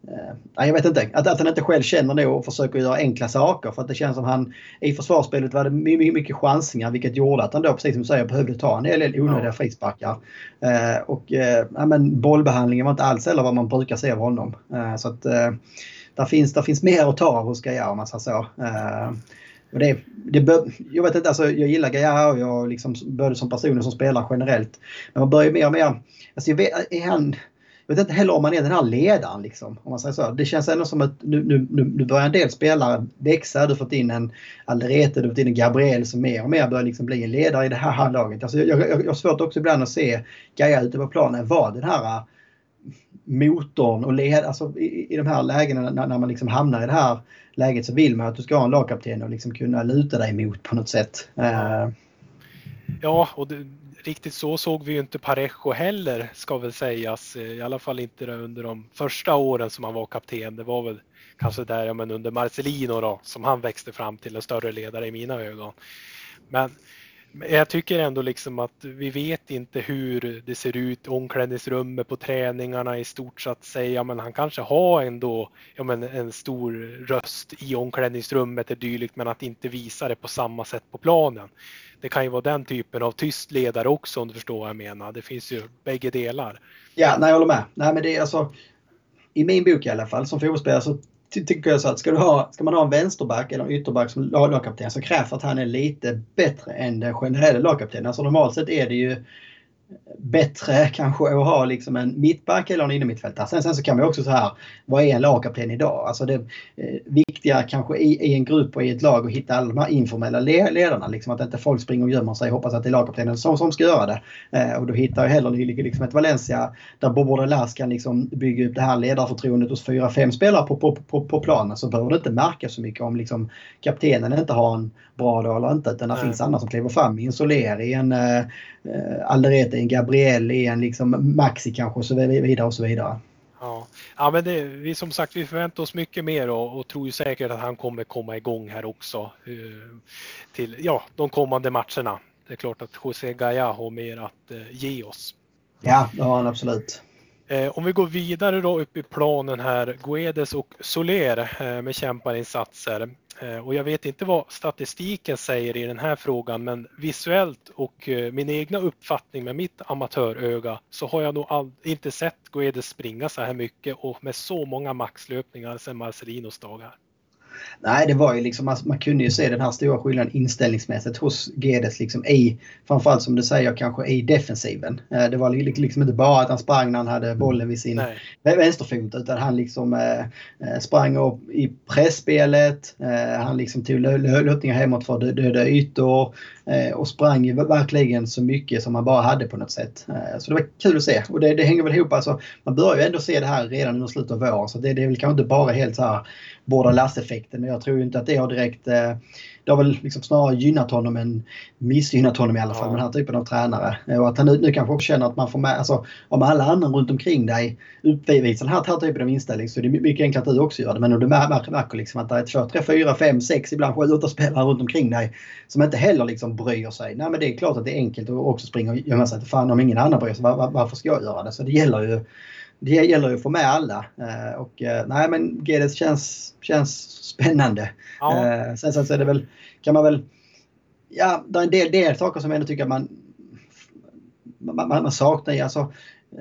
Uh, jag vet inte, att, att han inte själv känner det och försöker göra enkla saker för att det känns som han i försvarsspelet var det mycket, mycket chansningar vilket gjorde att han då precis som du säger behövde ta en del onödiga ja. frisparkar uh, och uh, ja, men bollbehandlingen var inte alls eller vad man brukar se av honom uh, så att uh, där, finns, där finns mer att ta hos Gaia om man säger så uh, och det, det bör, jag vet inte, alltså, jag gillar Gaia och jag liksom både som personer som spelar generellt men man börjar mer och mer alltså, jag vet, är han Jag vet inte heller om man är den här ledaren liksom, om man säger så. Det känns ändå som att nu, nu, nu börjar en del spelare växa. Du har fått in en Alderete, du har fått in en Gabriel som mer och mer börjar liksom bli en ledare i det här handlaget. Alltså jag, jag, jag har svårt också ibland att se Gaia ute på planen. Vad den här motorn och led, alltså i, i de här lägena när, när man liksom hamnar i det här läget så vill man att du ska ha en lagkapten och liksom kunna luta dig emot på något sätt. Uh. Ja, och det riktigt så såg vi ju inte Parejo heller ska väl sägas. I alla fall inte under de första åren som han var kapten. Det var väl kanske där ja, men under Marcelino då, som han växte fram till en större ledare i mina ögon. Men jag tycker ändå liksom att vi vet inte hur det ser ut i omklädningsrummet på träningarna i stort så att säga. Men han kanske har ändå ja, men en stor röst i omklädningsrummet och dylikt men att inte visa det på samma sätt på planen. Det kan ju vara den typen av tyst ledare också om du förstår vad jag menar. Det finns ju bägge delar. Ja, nej, jag håller med. Nej, men det är alltså, i min bok i alla fall som fotbollsspelare så ty- tycker jag så att ska, du ha, ska man ha en vänsterback eller en ytterback som lagkapten så krävs att han är lite bättre än den generella lagkaptenen. Alltså normalt sett är det ju bättre kanske att ha liksom en mittback eller en innermittfältare. Sen, sen så kan vi också så här, vad är en lagkapten idag? Alltså det eh, viktiga kanske i, i en grupp och i ett lag att hitta alla de här informella le- ledarna. Liksom att inte folk springer och gömmer sig och hoppas att det är lagkaptenen som, som ska göra det. Eh, och då hittar jag heller liksom ett Valencia där Bordelas kan liksom bygga upp det här ledarförtroendet hos fyra, fem spelare på, på, på, på planen. Så behöver det inte märka så mycket om liksom kaptenen inte har en bra dag eller inte. Utan det finns andra som kliver fram i en Soler, i en eh, Alderete, i en Gabriel, i en liksom Maxi kanske och så vidare och så vidare. Ja, ja men det, vi som sagt vi förväntar oss mycket mer och, och tror ju säkert att han kommer komma igång här också uh, till ja, de kommande matcherna. Det är klart att José Gaya har mer att uh, ge oss. Ja, det har han absolut. Eh, om vi går vidare då upp i planen här, Guedes och Soler eh, med kämparinsatser. Eh, och jag vet inte vad statistiken säger i den här frågan, men visuellt och eh, min egna uppfattning med mitt amatöröga så har jag nog all, inte sett Guedes springa så här mycket och med så många maxlöpningar sedan Marcelinos dagar. Nej, det var ju liksom, man, man kunde ju se den här stora skillnaden inställningsmässigt hos Guedes liksom i, framförallt som du säger, kanske i defensiven. Det var liksom inte bara att han sprang när han hade bollen vid sin Nej. vänsterfot, utan han liksom eh, sprang upp i pressspelet, eh, han liksom tog löpningar hemåt för döda ytor eh, och sprang ju verkligen så mycket som man bara hade på något sätt. Eh, så det var kul att se, och det, det hänger väl ihop, alltså, man börjar ju ändå se det här redan under slutet av våren, så det, det är väl kanske inte bara helt så här Bordelas-effekten. Jag tror ju inte att det har direkt, eh, det har väl liksom snarare gynnat honom än missgynnat honom i alla fall, ja. Den här typen av tränare. Och att han nu, nu kanske också känner att man får med, alltså om alla andra runt omkring dig uppvisar den här, här typen av inställning, så är det mycket enklare att du också gör det. Men om du märker, märker liksom att det är två, tre, fyra, fem, sex, ibland sju, åtta spelare runt omkring dig som inte heller liksom bryr sig. Nej, men det är klart att det är enkelt att också springa och gömma sig. Fan, om ingen annan bryr sig, var, var, varför ska jag göra det? Så det gäller ju Det gäller ju att få med alla. Och nej, men Guedes känns, känns spännande. Ja. Sen, sen så är det väl, kan man väl, ja, det är en del, del saker som jag ändå tycker att man, man, man saknar i. Alltså,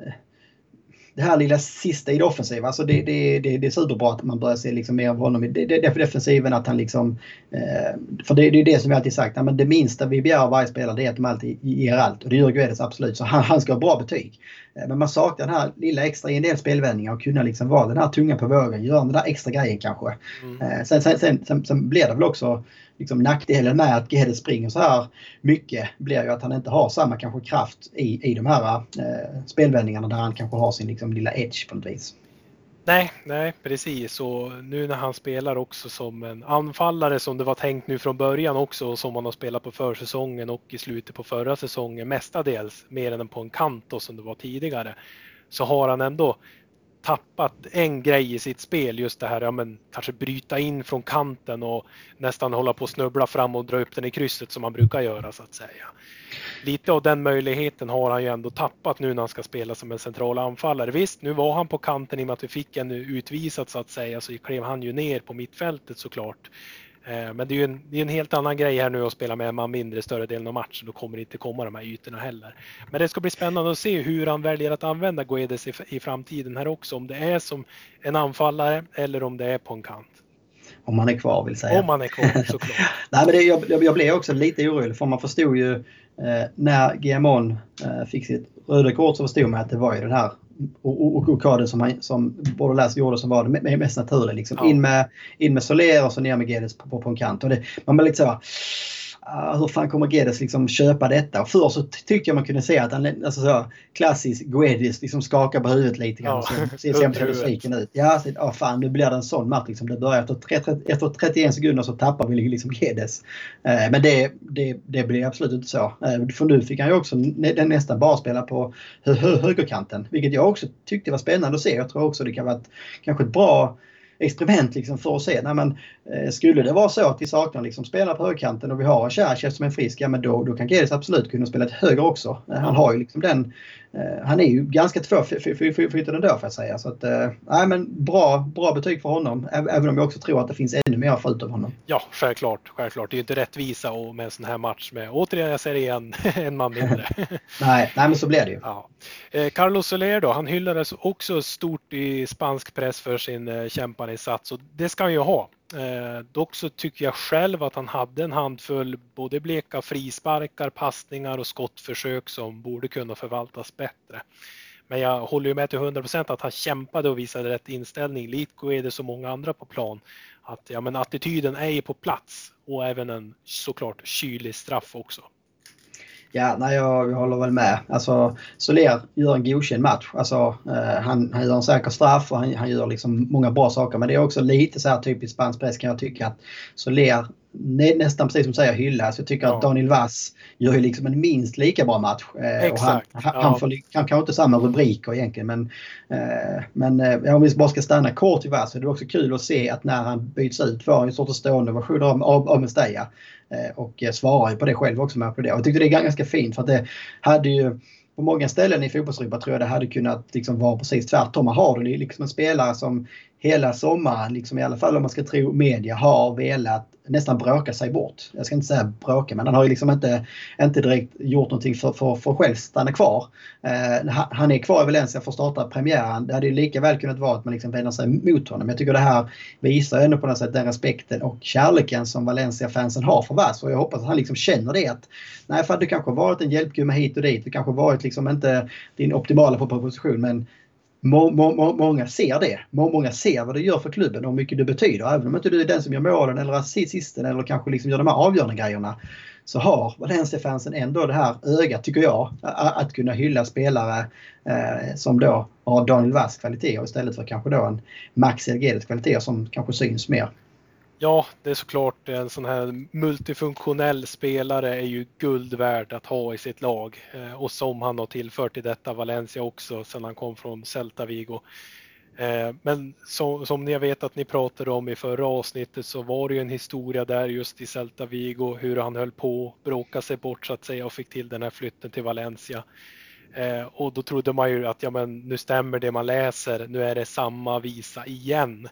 det här lilla sista i det offensiva, alltså det, det, det, det är superbra att man börjar se liksom mer av honom i det, det, det defensiven, att han liksom, eh, för det, det är det som vi alltid sagt, ja, men det minsta vi begär av varje spelare, det är att de alltid ger allt, och det gör Guedes absolut, så han, han ska ha bra betyg. Eh, men man saknar den här lilla extra i en del spelvändningar och kunna liksom vara den här tunga på vågen, göra den där extra grejen kanske. Mm. Eh, sen, sen, sen, sen, sen blir det väl också liksom nackdelen med att Guedes springer så här mycket blir ju att han inte har samma kanske kraft i, i de här eh, spelvändningarna där han kanske har sin liksom lilla edge på något vis. Nej, nej precis, och nu när han spelar också som en anfallare som det var tänkt nu från början också, som han har spelat på försäsongen och i slutet på förra säsongen mestadels mer än på en kant då, som det var tidigare, så har han ändå tappat en grej i sitt spel, just det här, ja men kanske bryta in från kanten och nästan hålla på att snubbla fram och dra upp den i krysset som man brukar göra så att säga. Lite av den möjligheten har han ju ändå tappat nu när han ska spela som en central anfallare. Visst, nu var han på kanten i och med att vi fick en utvisat så att säga, så klev han ju ner på mittfältet såklart. Men det är ju en, det är en helt annan grej här nu att spela med en man mindre större delen av matchen. Då kommer det inte komma de här ytorna heller. Men det ska bli spännande att se hur han väljer att använda Guedes i, i framtiden här också. Om det är som en anfallare eller om det är på en kant. Om man är kvar vill säga. Om man är kvar såklart. Nej, men det, jag, jag blev också lite orolig, för man förstod ju eh, när Guillamon eh, fick sitt röda kort, så förstod man att det var ju den här och, och, och som, han, som Bordelas gjorde som var det mest naturliga. Liksom. Ja. In, med, in med Soler och så ner med Guedes på, på, på en kant. Och det, man var lite så uh, hur fan kommer Guedes liksom köpa detta? Och förr så tyckte jag man kunde se att han, alltså så klassisk Guedes liksom skakar på huvudet lite grann. Ja. Så ser ser besviken ut. Ja, så, oh, fan, nu blir det en sån match. Liksom. Det börjar efter, trettio, efter trettioen sekunder så tappar vi liksom Guedes. Uh, men det, det, det blir absolut inte så. Uh, för nu fick han ju också nä, nästan bara spela på hö, hö, högerkanten. Vilket jag också tyckte var spännande att se. Jag tror också det kan vara ett, kanske ett bra experiment liksom för att se. Nej, men, eh, skulle det vara så att vi saknar liksom spelare på högerkanten och vi har en Cherchev som är frisk, ja, men då, då kan Guedes absolut kunna spela ett höger också. Eh, han har ju liksom den, eh, han är ju ganska tvåflyttad ändå, får jag säga. Så att, eh, nej, men bra, bra betyg för honom, även om jag också tror att det finns ännu mer att få ut av honom. Ja, självklart, självklart. Det är ju inte rättvisa och med en sån här match med, återigen jag säger igen, en man mindre. nej, nej, men så blir det ju. Ja. Eh, Carlos Soler då, han hyllades också stort i spansk press för sin eh, kämparinsats, och det ska han ju ha. Eh, dock så tycker jag själv att han hade en handfull både bleka frisparkar, passningar och skottförsök som borde kunna förvaltas bättre. Men jag håller ju med till hundra procent att han kämpade och visade rätt inställning. Litko är det så många andra på plan. Att ja, men attityden är ju på plats och även en såklart kylig straff också. Ja, nej, jag, jag håller väl med. Alltså, Soler gör en godkänd match. Alltså, eh, han, han gör en säker straff och han, han gör liksom många bra saker. Men det är också lite så här typiskt spansk press kan jag tycka att Soler nä, nästan precis som säger hyllas. Jag tycker ja. att Daniel Vaz gör ju liksom en minst lika bra match. Eh, Exakt. Och han, ja. han får han kanske inte samma rubriker egentligen. Men, eh, men eh, om vi bara ska stanna kort i Vaz så är det också kul att se att när han byts ut för en sorts stående version av, av, av Mestalla. Och svarar ju på det själv också med på det. Och jag tyckte det är ganska fint för att det hade ju på många ställen i fotbollsrympa tror jag det hade kunnat liksom vara precis tvärtom. Man har det liksom en spelare som hela sommaren, liksom i alla fall om man ska tro media, har velat nästan bråka sig bort. Jag ska inte säga bråka, men han har ju liksom inte, inte direkt gjort någonting för, för, för att själv stanna kvar. Eh, han är kvar i Valencia för att starta premiären. Det hade ju lika väl kunnat vara att man liksom vänder sig mot honom. Jag tycker det här visar ändå på något sätt den respekten och kärleken som Valencia-fansen har för Vaz. Och jag hoppas att han liksom känner det att nej, för att du kanske har varit en hjälpgumma hit och dit. Du kanske har varit liksom inte din optimala position, men Må, må, må, många ser det. Må, många ser vad det gör för klubben och hur mycket det betyder. Även om inte du är den som gör målen eller assisten eller kanske liksom gör de här avgörande grejerna, så har Valencia-fansen ändå det här ögat, tycker jag, att, att kunna hylla spelare eh, som då har Daniel Vaz kvaliteter istället för kanske då en Max Elguedes kvaliteter som kanske syns mer. Ja, det är såklart en sån här multifunktionell spelare är ju guld värd att ha i sitt lag. Eh, och som han har tillfört i detta Valencia också sedan han kom från Celta Vigo. Eh, men så, som ni vet att ni pratade om i förra avsnittet så var det ju en historia där just i Celta Vigo hur han höll på att bråka sig bort så att säga och fick till den här flytten till Valencia. Eh, och då trodde man ju att ja, men nu stämmer det man läser, nu är det samma visa igen.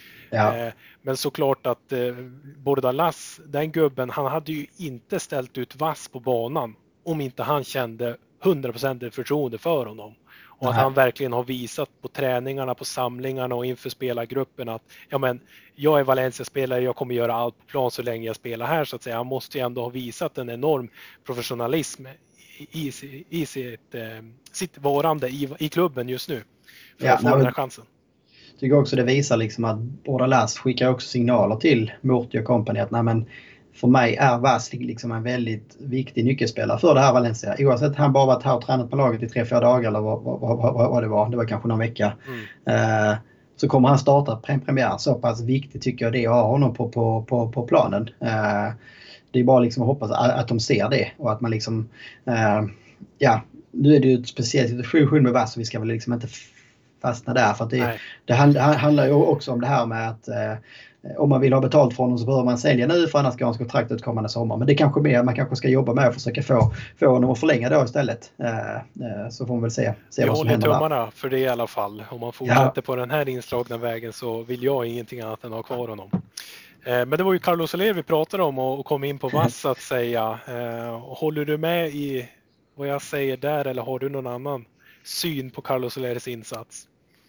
Ja. Men såklart att eh, Bordalas, den gubben, han hade ju inte ställt ut Vaz på banan om inte han kände hundra procent förtroende för honom. Och att han verkligen har visat på träningarna, på samlingarna och inför spelargruppen att ja, men, jag är Valencia-spelare, jag kommer göra allt på plan så länge jag spelar här så att säga. Han måste ju ändå ha visat en enorm professionalism i, i, i sitt, eh, sitt varande i, i klubben just nu för ja, att få den här chansen. Jag tycker också det visar liksom att Bordalas skickar också signaler till Murti och company att nej, men för mig är Vaz liksom en väldigt viktig nyckelspelare för det här Valencia. Oavsett han bara varit här och tränat på laget i tre, fyra dagar eller vad, vad, vad, vad det var. Det var kanske någon vecka. Mm. Uh, så kommer han starta premiär. Så pass viktigt tycker jag det är att ha honom på, på, på, på planen. Uh, det är bara liksom att hoppas att, att de ser det och att man liksom uh, ja, nu är det ju ett speciellt situation med Vaz så vi ska väl liksom inte fastna där för att det, det handlar ju också om det här med att eh, om man vill ha betalt från honom så behöver man sälja nu för annars går hans kontrakt ut kommande sommar. Men det kanske mer man kanske ska jobba med och försöka få, få honom att förlänga då istället. Eh, eh, så får man väl se, se jag vad som händer där. Jag håller tummarna för det i alla fall. Om man fortsätter ja. på den här inslagna vägen så vill jag ingenting annat än ha kvar honom. Eh, men det var ju Carlos Soler vi pratade om och kom in på Vaz att säga. Eh, håller du med i vad jag säger där eller har du någon annan syn på Carlos Solers insats?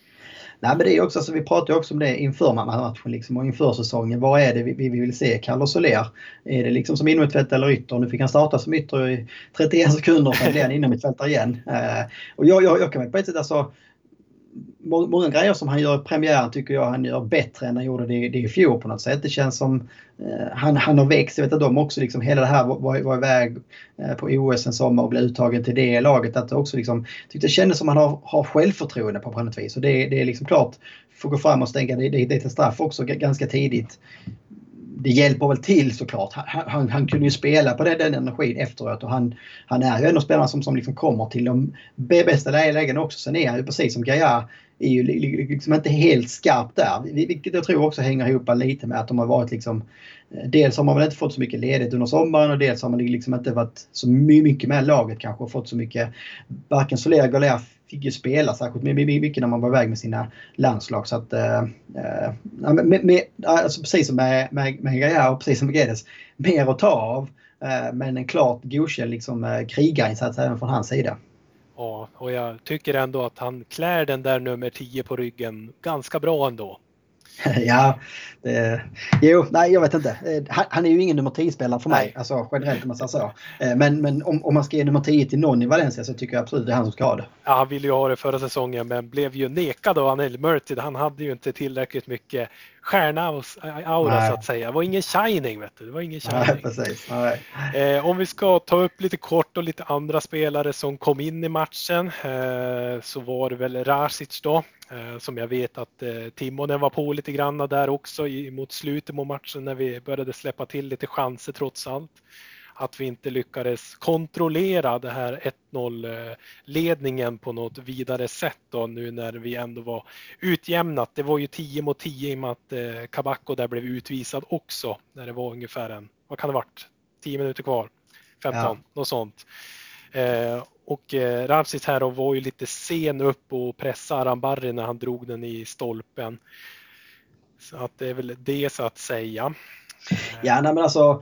Nej, men det är också så vi pratar ju också om det inför matchen liksom, och inför säsongen. Vad är det vi, vi vill se Carlos Soler? Är det liksom som innermittfältare eller ytter? Nu fick han starta som ytter i trettioen sekunder och sen blir han innermittfältare igen. Eh, och jag, jag, jag kan väl på ett sätt alltså må, många grejer som han gör i premiären tycker jag han gör bättre än han gjorde det, det i fjol på något sätt. Det känns som eh, han, han har växt. Jag vet att de också liksom hela det här var, var iväg eh, på O S en sommar och blev uttagen till det laget. Att det också liksom tyckte det kändes som han har, har självförtroende på något vis. Och det, det är liksom klart får gå fram och stänga det, det, det till straff också g- ganska tidigt. Det hjälper väl till såklart. Han, han, han kunde ju spela på den, den energin efteråt och han, han är ju en av spelarna som, som liksom kommer till de bästa lägen också. Sen är han ju precis som Gaia är ju liksom inte helt skarp där. Vilket jag tror också hänger ihop lite med att de har varit liksom dels har man väl inte fått så mycket ledigt under sommaren och dels har man liksom inte varit så mycket med laget kanske och fått så mycket. Varken Soler eller Gaia fick ju spela särskilt mycket när man var iväg med sina landslag. Så att, äh, med, med, alltså precis som med, med, med Gaia och precis som med Guedes, mer att ta av. Äh, men en klart godkänd liksom, äh, krigarinsats även från hans sida. Ja, och jag tycker ändå att han klär den där nummer tio på ryggen ganska bra ändå. Ja, det, jo, nej jag vet inte. Han, han är ju ingen nummer tio-spelare för mig, Nej. alltså generellt om man säger så. Men, men om, om man ska ge nummer tio till någon i Valencia så tycker jag absolut det är han som ska ha det. Ja, han ville ju ha det förra säsongen men blev ju nekad av Anel Murtid. Han hade ju inte tillräckligt mycket stjärna-aura så att säga. Det var ingen shining, vet du. Det var ingen shining. Nej, precis. Nej. Eh, om vi ska ta upp lite kort och lite andra spelare som kom in i matchen eh, så var det väl Rasic då. Eh, som jag vet att eh, Timonen var på lite grann där också i, mot slutet av matchen när vi började släppa till lite chanser trots allt. Att vi inte lyckades kontrollera det här ett noll-ledningen på något vidare sätt då, nu när vi ändå var utjämnat. Det var ju tio mot tio i och med att eh, Kabako där blev utvisad också när det var ungefär en, vad kan det ha varit, tio minuter kvar, femton, ja. Något sånt. Eh, och eh, Rasic här var ju lite sen upp och pressade Arambarri när han drog den i stolpen. Så att det är väl det så att säga. Ja, nej men alltså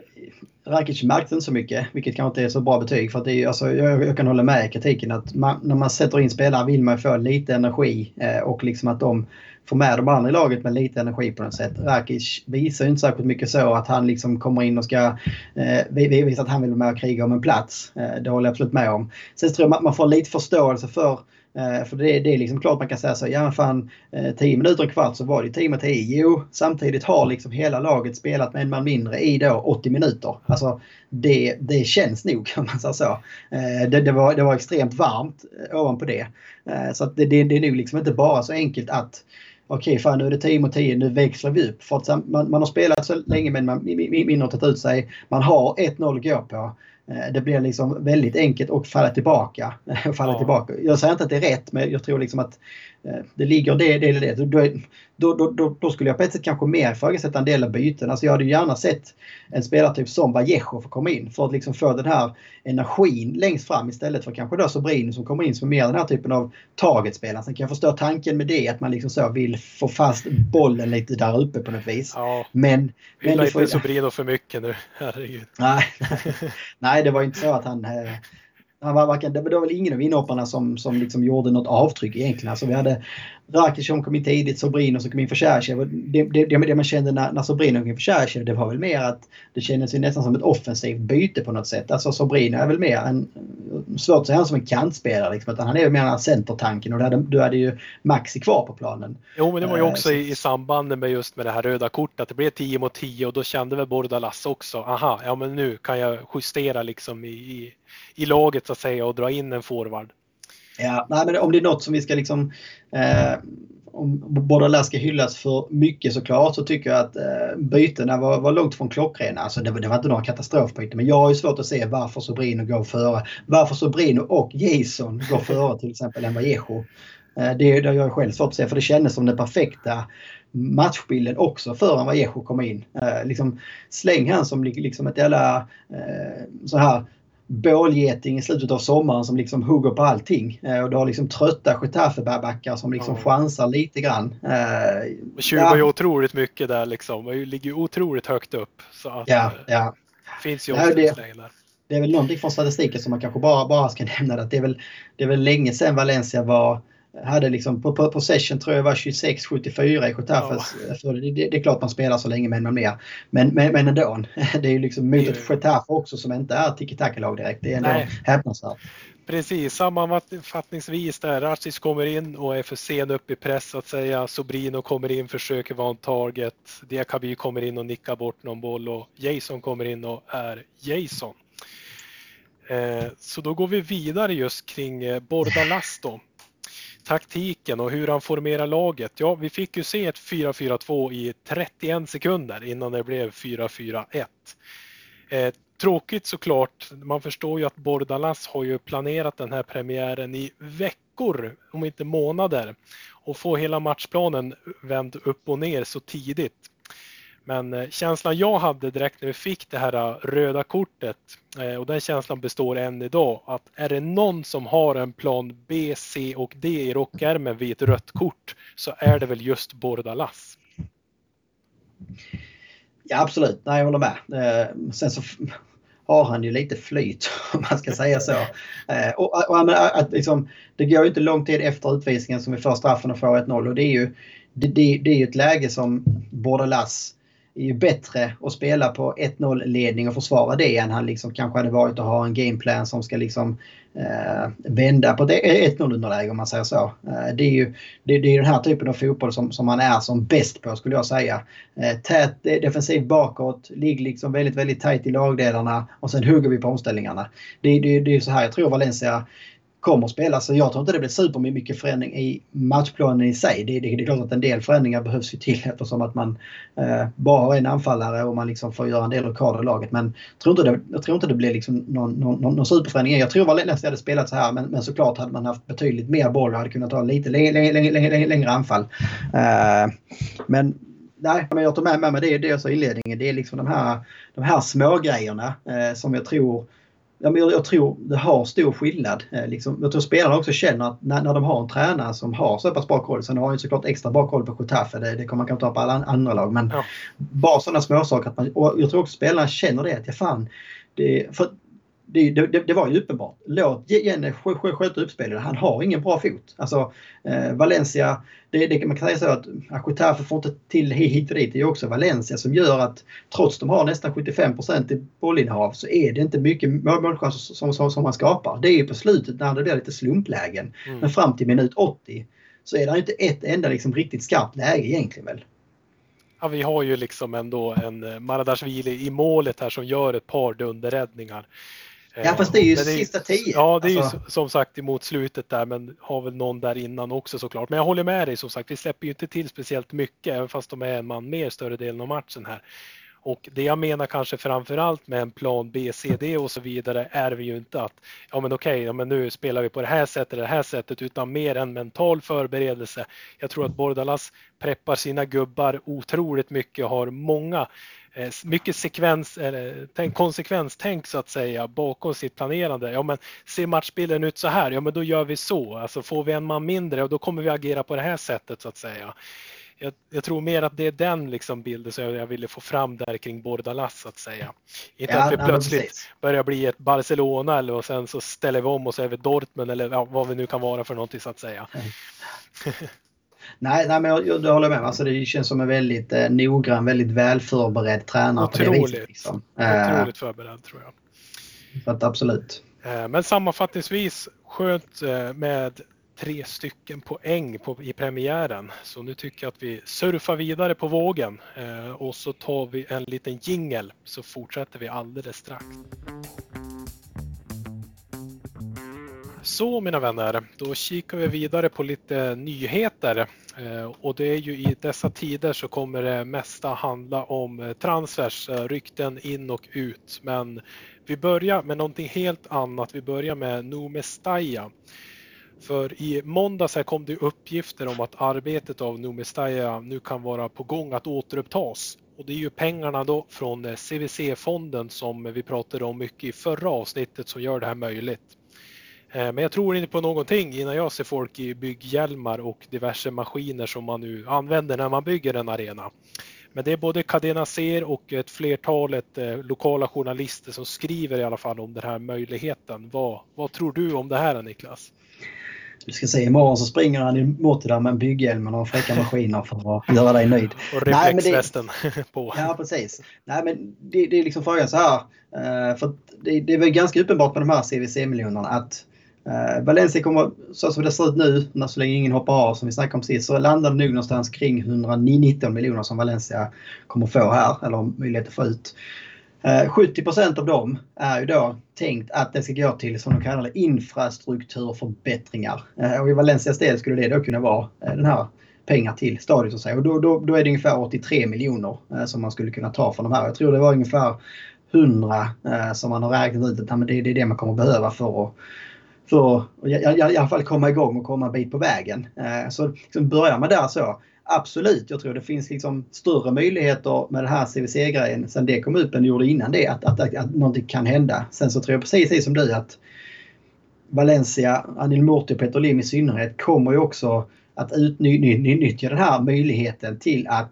Rakic märkte inte så mycket, vilket kanske inte är så bra betyg för att det är, alltså, jag, jag kan hålla med i kritiken att man, när man sätter in spelare vill man få lite energi eh, och liksom att de får med de andra i laget med lite energi på något sätt. Rakic visar ju inte särskilt mycket så att han liksom kommer in och ska eh, visa att han vill vara med och kriga om en plats. Eh, det håller jag absolut med om. Sen tror jag att man får lite förståelse för för det, det är liksom klart man kan säga så, ja men fan tio minuter och kvart så var det tio mot tio. Jo, samtidigt har liksom hela laget spelat med en man mindre i då åttio minuter. Alltså det, det känns nog kan man säga så. Det, det, var, det var extremt varmt ovanpå det. Så att det, det, det är nog liksom inte bara så enkelt att okej, okay, fan nu är det tio mot tio, nu växlar vi upp. För att man, man har spelat så länge men man mindre har tagit ut sig. Man har ett noll att gå på. Det blir liksom väldigt enkelt att falla tillbaka. falla ja. tillbaka. Jag säger inte att det är rätt, men jag tror liksom att det ligger det, det, det. Då, då, då, då skulle jag på ett sätt kanske mer ifrågasätta en del av byten. Alltså jag hade gärna sett en spelartyp som Vallejo få komma in för att liksom få den här energin längst fram istället för kanske då Sobrino som kommer in som mer den här typen av targetspelare. Sen kan jag förstå tanken med det att man liksom så vill få fast bollen lite där uppe på något vis. Ja. Men, men inte får... Sobrino för mycket nu. Herregud. Nej. Nej, det var inte så att han... Han var varken, det var väl ingen av inhopparna som, som liksom gjorde något avtryck egentligen. Alltså vi hade Rakic som kom in tidigt, Sobrino som kom in för Kärchev. Det, det, det, det man kände när, när Sobrino kom in för Kärchev, det var väl mer att det kändes ju nästan som ett offensivt byte på något sätt. Alltså Sobrino är väl mer en, svårt att säga han som en kantspelare liksom, utan han är ju mer en centertanken och du hade, du hade ju Maxi kvar på planen. Jo, men det var ju också uh, i, i samband med just med det här röda kortet att det blev tio mot tio och då kände väl Bordalas också, aha, ja men nu kan jag justera liksom i, i i laget så att säga och dra in en forward. Ja, nej, men om det är något som vi ska liksom eh, om Bordalas ska hyllas för mycket såklart så tycker jag att eh, bytena var, var långt från klockrena. Alltså det, det var inte några katastrofbyten men jag har ju svårt att se varför Sobrino går före. Varför Sobrino och Jason går före till exempel än Vallejo. Eh, det, det har jag själv svårt att se för det kändes som den perfekta matchbilden också för en Vallejo kom in. Eh, liksom, släng han som liksom ett jävla eh, så här bålgeting i slutet av sommaren som liksom hugger på allting. Eh, och du har liksom trötta Getafe-backar som liksom ja. chansar lite grann. Eh, tjugo ja. ju otroligt mycket där liksom. Det ligger otroligt högt upp. Så att, ja, ja. finns ju också det, där. Det är väl någonting från statistiken som man kanske bara, bara ska nämna. Att det, är väl, det är väl länge sedan Valencia var hade liksom på, på possession tror jag var tjugosex sjuttiofyra i Getafes. Ja. Det, det, det är klart man spelar så länge men man mer. Men, men, men ändå. Det är ju liksom mot ett Getafe också som inte är tiki-taka-lag direkt. Det är ändå häpnadsvärt. Precis, sammanfattningsvis där. Rasic kommer in och är för sen upp i press att säga. Sobrino kommer in, försöker vara en target. Diakaby kommer in och nickar bort någon boll och Jason kommer in och är Jason. Eh, så då går vi vidare just kring eh, Bordalas då. Taktiken och hur han formerar laget. Ja, vi fick ju se ett fyra fyra två i trettioen sekunder innan det blev fyra fyra ett. Eh, tråkigt såklart. Man förstår ju att Bordalas har ju planerat den här premiären i veckor, om inte månader. Och få hela matchplanen vänd upp och ner så tidigt. Men eh, känslan jag hade direkt när vi fick det här uh, röda kortet eh, och den känslan består än idag att är det någon som har en plan B, C och D i rockärmen vid ett rött kort så är det väl just Bordalas. Ja absolut, nej jag håller med. Eh, sen så har han ju lite flyt, om man ska säga så. Eh, och, och, och att, liksom, det går ju inte lång tid efter utvisningen som vi får straffen och får ett noll. Och det är ju, det, det, det är ju ett läge som Bordalas är ju bättre att spela på ett noll-ledning och försvara det än han liksom kanske hade varit att ha en gameplan som ska liksom eh, vända på det ett noll-underläge, om man säger så. Eh, det är ju det, det är den här typen av fotboll som, som man är som bäst på, skulle jag säga. Eh, tät defensiv bakåt, ligger liksom väldigt, väldigt tajt i lagdelarna och sen hugger vi på omställningarna. Det, det, det är så här, jag tror Valencia kommer att spela. Så jag tror inte det blir super mycket förändring i matchplanen i sig. Det, det, det är klart att en del förändringar behövs ju till eftersom att man eh, bara har en anfallare och man liksom får göra en del rockader i laget. Men jag tror inte det, jag tror inte det blir liksom någon, någon, någon superförändring. Jag tror Valencia hade spelat så här, men, men såklart hade man haft betydligt mer boll och hade kunnat ta lite längre, längre, längre, längre anfall. Eh, men nej, men jag tar med, med mig det, det är så inledningen. Det är liksom de här, de här små grejerna eh, som jag tror Ja, men jag, jag tror det har stor skillnad. Eh, liksom, jag tror spelarna också känner att när, när de har en tränare som har så pass bra koll, sen har ju såklart extra bra koll på Getafe, det, det kommer man kan ta på alla andra lag, men ja. Bara sådana småsaker. Att man, och jag tror också spelarna känner det, att ja, fan, det, för det, det, det var ju uppenbart. Låt Jenne sköta upp spelet. Han har ingen bra fot. Alltså eh, Valencia, det, det, man kan säga så att Getafe får inte till hit och dit. Det är också Valencia som gör att trots de har nästan sjuttiofem procent i bollinnehav så är det inte mycket målchanser som, som, som man skapar. Det är ju på slutet när det blir lite slumplägen. Mm. Men fram till minut åttio så är det inte ett enda liksom riktigt skarpt läge egentligen väl. Ja, vi har ju liksom ändå en Maradashvili i målet här som gör ett par dunderräddningar. Ja, fast det är ju det är, sista tio. Ja, det är alltså. ju som sagt emot slutet där, men har väl någon där innan också såklart. Men jag håller med dig, som sagt, vi släpper ju inte till speciellt mycket, även fast de är en man mer större delen av matchen här. Och det jag menar kanske framförallt med en plan B, C, D och så vidare är vi ju inte att ja men okej, ja, men nu spelar vi på det här sättet, det här sättet, utan mer en mental förberedelse. Jag tror att Bordalas preppar sina gubbar otroligt mycket och har många mycket sekvens eller konsekvenstänk så att säga bakom sitt planerande. Ja men ser matchbilden ut så här, ja men då gör vi så. Alltså får vi en man mindre och då kommer vi agera på det här sättet så att säga. Jag, jag tror mer att det är den liksom bilden som jag, jag ville få fram där kring Bordalas så att säga. Inte ja, att vi nej, plötsligt börjar bli ett Barcelona eller och sen så ställer vi om och så är vi Dortmund eller ja, vad vi nu kan vara för någonting så att säga. Mm. Nej, nej, men jag, jag, jag håller med. Alltså, det känns som en väldigt eh, noggrann, väldigt väl förberedd tränare. Otroligt, på det viset, liksom. Otroligt eh, förberedd tror jag. Så att, absolut. Eh, men sammanfattningsvis skönt eh, med tre stycken poäng på, i premiären. Så nu tycker jag att vi surfar vidare på vågen eh, och så tar vi en liten jingle så fortsätter vi alldeles strax. Så mina vänner, då kikar vi vidare på lite nyheter eh, och det är ju i dessa tider så kommer det mesta handla om transfers, rykten in och ut. Men vi börjar med någonting helt annat, vi börjar med Nu Mestalla. För i måndags här kom det uppgifter om att arbetet av Nu Mestalla nu kan vara på gång att återupptas. Och det är ju pengarna då från C V C-fonden som vi pratade om mycket i förra avsnittet som gör det här möjligt. Men jag tror inte på någonting innan jag ser folk i bygghjälmar och diverse maskiner som man nu använder när man bygger en arena. Men det är både Cadena Ser och ett flertalet eh, lokala journalister som skriver i alla fall om den här möjligheten. Vad, vad tror du om det här, Niklas? Du ska se, imorgon så springer han emot det där med en bygghjälm och några fräcka maskiner för att göra dig nöjd. Och reflexvästen på. Ja, precis. Nej, men det, det är liksom frågan så här. För det, det är väl ganska uppenbart på de här C V C-miljonerna att Uh, Valencia kommer, så som det ser ut nu, när så länge ingen hoppar av som vi snackade om sist, så landar det nog någonstans kring etthundranitton miljoner som Valencia kommer få här, eller möjlighet att få ut. Uh, sjuttio procent av dem är ju då tänkt att det ska gå till, som de kallar det, infrastrukturförbättringar. Uh, och i Valencias del skulle det då kunna vara uh, den här pengar till stadion så att säga. Och då, då, då är det ungefär åttiotre miljoner uh, som man skulle kunna ta från de här. Jag tror det var ungefär hundra uh, som man har räknat ut att det, det är det man kommer behöva för att för att i, i, i alla fall komma igång och komma en bit på vägen. Eh, så liksom börjar man där så, absolut, jag tror det finns liksom större möjligheter med den här C V C-grejen sen det kom upp än det gjorde innan det, att, att, att, att någonting kan hända. Sen så tror jag precis som du att Valencia, Anil Murti och Peter Lim i synnerhet kommer ju också att utnyttja den här möjligheten till att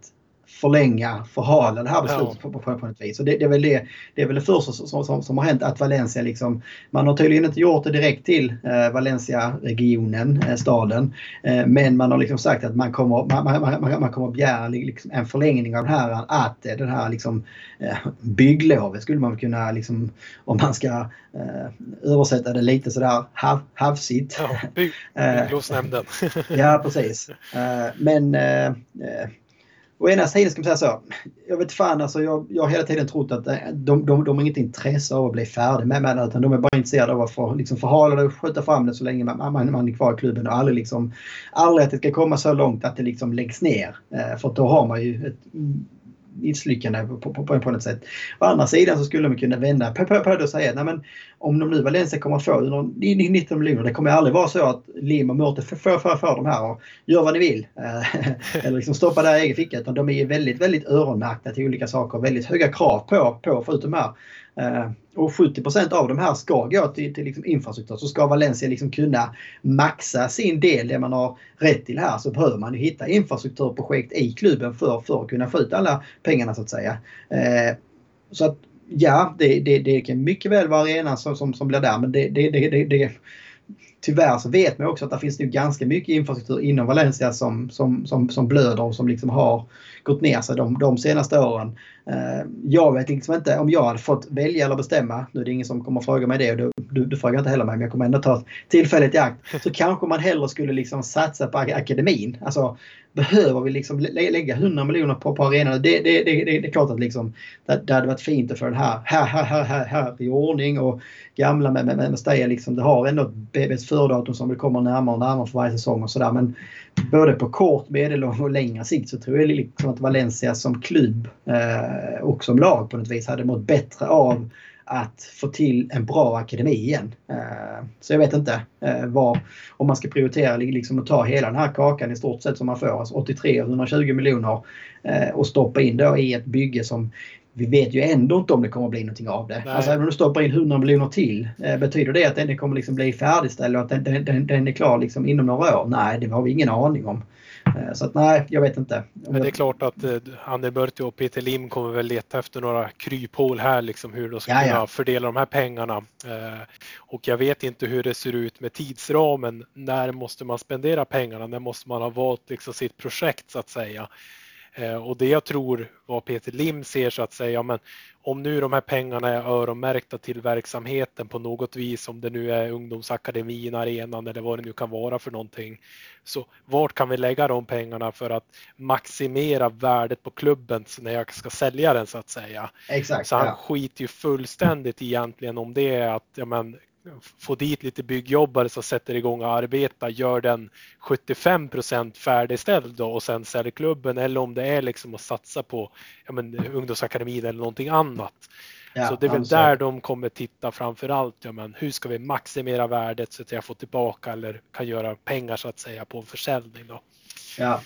förlänga, förhala det här beslutet Ja. på, på, på något vis. Så det, det, är väl det, det är väl det första som, som, som har hänt, att Valencia liksom, man har tydligen inte gjort det direkt till eh, Valencia-regionen, eh, staden, eh, men man har liksom sagt att man kommer, man, man, man, man kommer begära liksom en förlängning av det här, att eh, den här liksom, eh, bygglovet skulle man kunna, liksom, om man ska eh, översätta det lite sådär hav, havsigt. Ja, bygg, bygglovsnämnden. Ja, precis. Eh, men eh, å ena sidan ska man säga så, jag vet fan, alltså jag, jag har hela tiden trott att de, de, de har inget intresse av att bli färdig med, med det, utan de är bara intresserade av att få liksom förhala det och skjuta fram det så länge man, man, man är kvar i klubben, och aldrig, liksom, aldrig att det ska komma så långt att det liksom läggs ner. Eh, för då har man ju ett misslyckande på, på, på, på något sätt. Å andra sidan så skulle man kunna vända på, på, på det och säga, nej men om de nu Valencia kommer att få nitton miljoner, det kommer aldrig vara så att Lim och Mörte för, för, för, för de här och gör vad ni vill. Eller liksom stoppa där i egen ficka, utan de är väldigt, väldigt öronmärkta till olika saker, väldigt höga krav på, på för ut de här. Uh, och sjuttio procent av de här ska gå till, till liksom infrastruktur. Så ska Valencia liksom kunna maxa sin del, det man har rätt till här, så behöver man ju hitta infrastrukturprojekt i klubben för, för att kunna få ut alla pengarna, så att säga. Uh, så att ja, det, det, det kan mycket väl vara arenan som, som, som blir där, men det, det, det, det, det tyvärr så vet man också att det finns nu ganska mycket infrastruktur inom Valencia som, som, som, som blöder och som liksom har gått ner sig de, de senaste åren. Uh, jag vet liksom inte om jag hade fått välja eller bestämma. Nu är det ingen som kommer att fråga mig det, och du, du, du frågar inte heller mig, men jag kommer ändå ta tillfället i akt. Så kanske man hellre skulle liksom satsa på akademin. Alltså, behöver vi liksom lä- lägga hundra miljoner på, på arenan? Det, det, det, det, det är klart att liksom, det, det hade varit fint att få den här, här, här, här, här, här i ordning, och gamla med, med, med, med Steja, liksom, det har ändå ett B B:s fördatum som vill komma närmare och närmare för varje säsong och sådär. Men både på kort, medellång och längre sikt så tror jag liksom att Valencia som klubb eh, och som lag på något vis hade mått bättre av att få till en bra akademi igen. Eh, så jag vet inte eh, vad, om man ska prioritera liksom att ta hela den här kakan i stort sett som man får, alltså åttiotre och hundratjugo miljoner, eh, och stoppa in då i ett bygge som vi vet ju ändå inte om det kommer att bli någonting av det. Alltså även om du stoppar in hundra miljoner till, eh, betyder det att den kommer liksom bli färdigställd och att den, den, den är klar liksom inom några år? Nej, det har vi ingen aning om. Eh, så att nej, jag vet inte. Men det är klart att eh, Ander Börti och Peter Lim kommer väl leta efter några kryphål här, liksom hur de ska ja, kunna ja. fördela de här pengarna. Eh, och jag vet inte hur det ser ut med tidsramen. När måste man spendera pengarna? När måste man ha valt liksom sitt projekt, så att säga? Och det jag tror vad Peter Lim ser, så att säga, men om nu de här pengarna är öronmärkta till verksamheten på något vis, om det nu är ungdomsakademin, arenan eller vad det nu kan vara för någonting, så vart kan vi lägga de pengarna för att maximera värdet på klubben när jag ska sälja den, så att säga. Exakt, så han ja. skiter ju fullständigt egentligen om det är att, ja men, få dit lite byggjobbare som sätter igång och arbetar, gör den sjuttiofem procent färdigställd då, och sen säljer klubben, eller om det är liksom att satsa på, ja men, ungdomsakademin eller någonting annat. Ja, så det är väl alltså där de kommer titta framför allt, ja men, hur ska vi maximera värdet så att jag får tillbaka eller kan göra pengar, så att säga, på en försäljning då. Ja.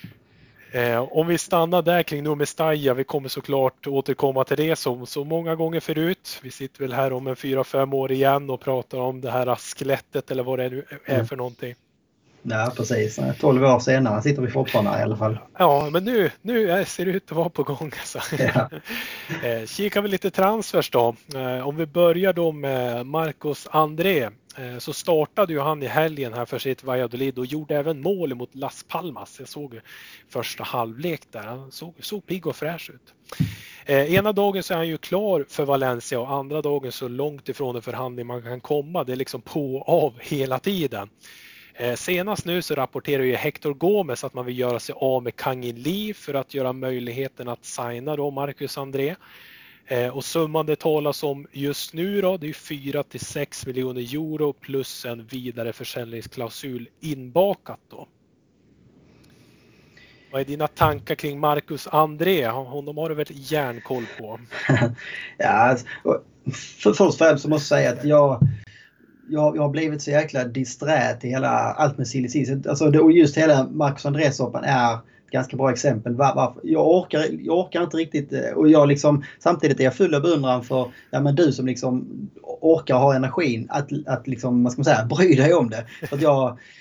Eh, om vi stannar där kring Noomi Steja, vi kommer såklart återkomma till det som så många gånger förut. Vi sitter väl här om en fyra, fem år igen och pratar om det här skelettet eller vad det nu är mm. för någonting. Ja, precis. tolv år senare sitter vi fortfarande här i alla fall. Ja, men nu, nu ser det ut att vara på gång. Alltså. Ja. eh, kikar vi lite transfers då. Eh, om vi börjar då med Marcos André, eh, så startade ju han i helgen här för sitt Valladolid och gjorde även mål mot Las Palmas. Jag såg första halvlek där. Han såg, såg pigg och fräsch ut. Eh, ena dagen så är han ju klar för Valencia och andra dagen så långt ifrån en förhandling man kan komma. Det är liksom på och av hela tiden. Eh, senast nu så rapporterar ju Hector Gomes att man vill göra sig av med Kangin Lee för att göra möjligheten att signa då Marcus André. Eh, och summan det talas om just nu då, det är fyra till sex miljoner euro plus en vidare försäljningsklausul inbakat då. Vad är dina tankar kring Marcus André? Honom har du väl järnkoll på? Ja, för, först och främst så måste jag säga att jag Jag, jag har blivit så jäkla disträt i hela allt med silly season. Alltså det, och just hela Marcus André-soppan är ett ganska bra exempel. Var, var, jag, orkar, jag orkar inte riktigt, och jag liksom, samtidigt är jag full av beundran för ja, men du som liksom orkar ha energin att, att liksom, vad ska man säga, bry dig om det. Så att jag,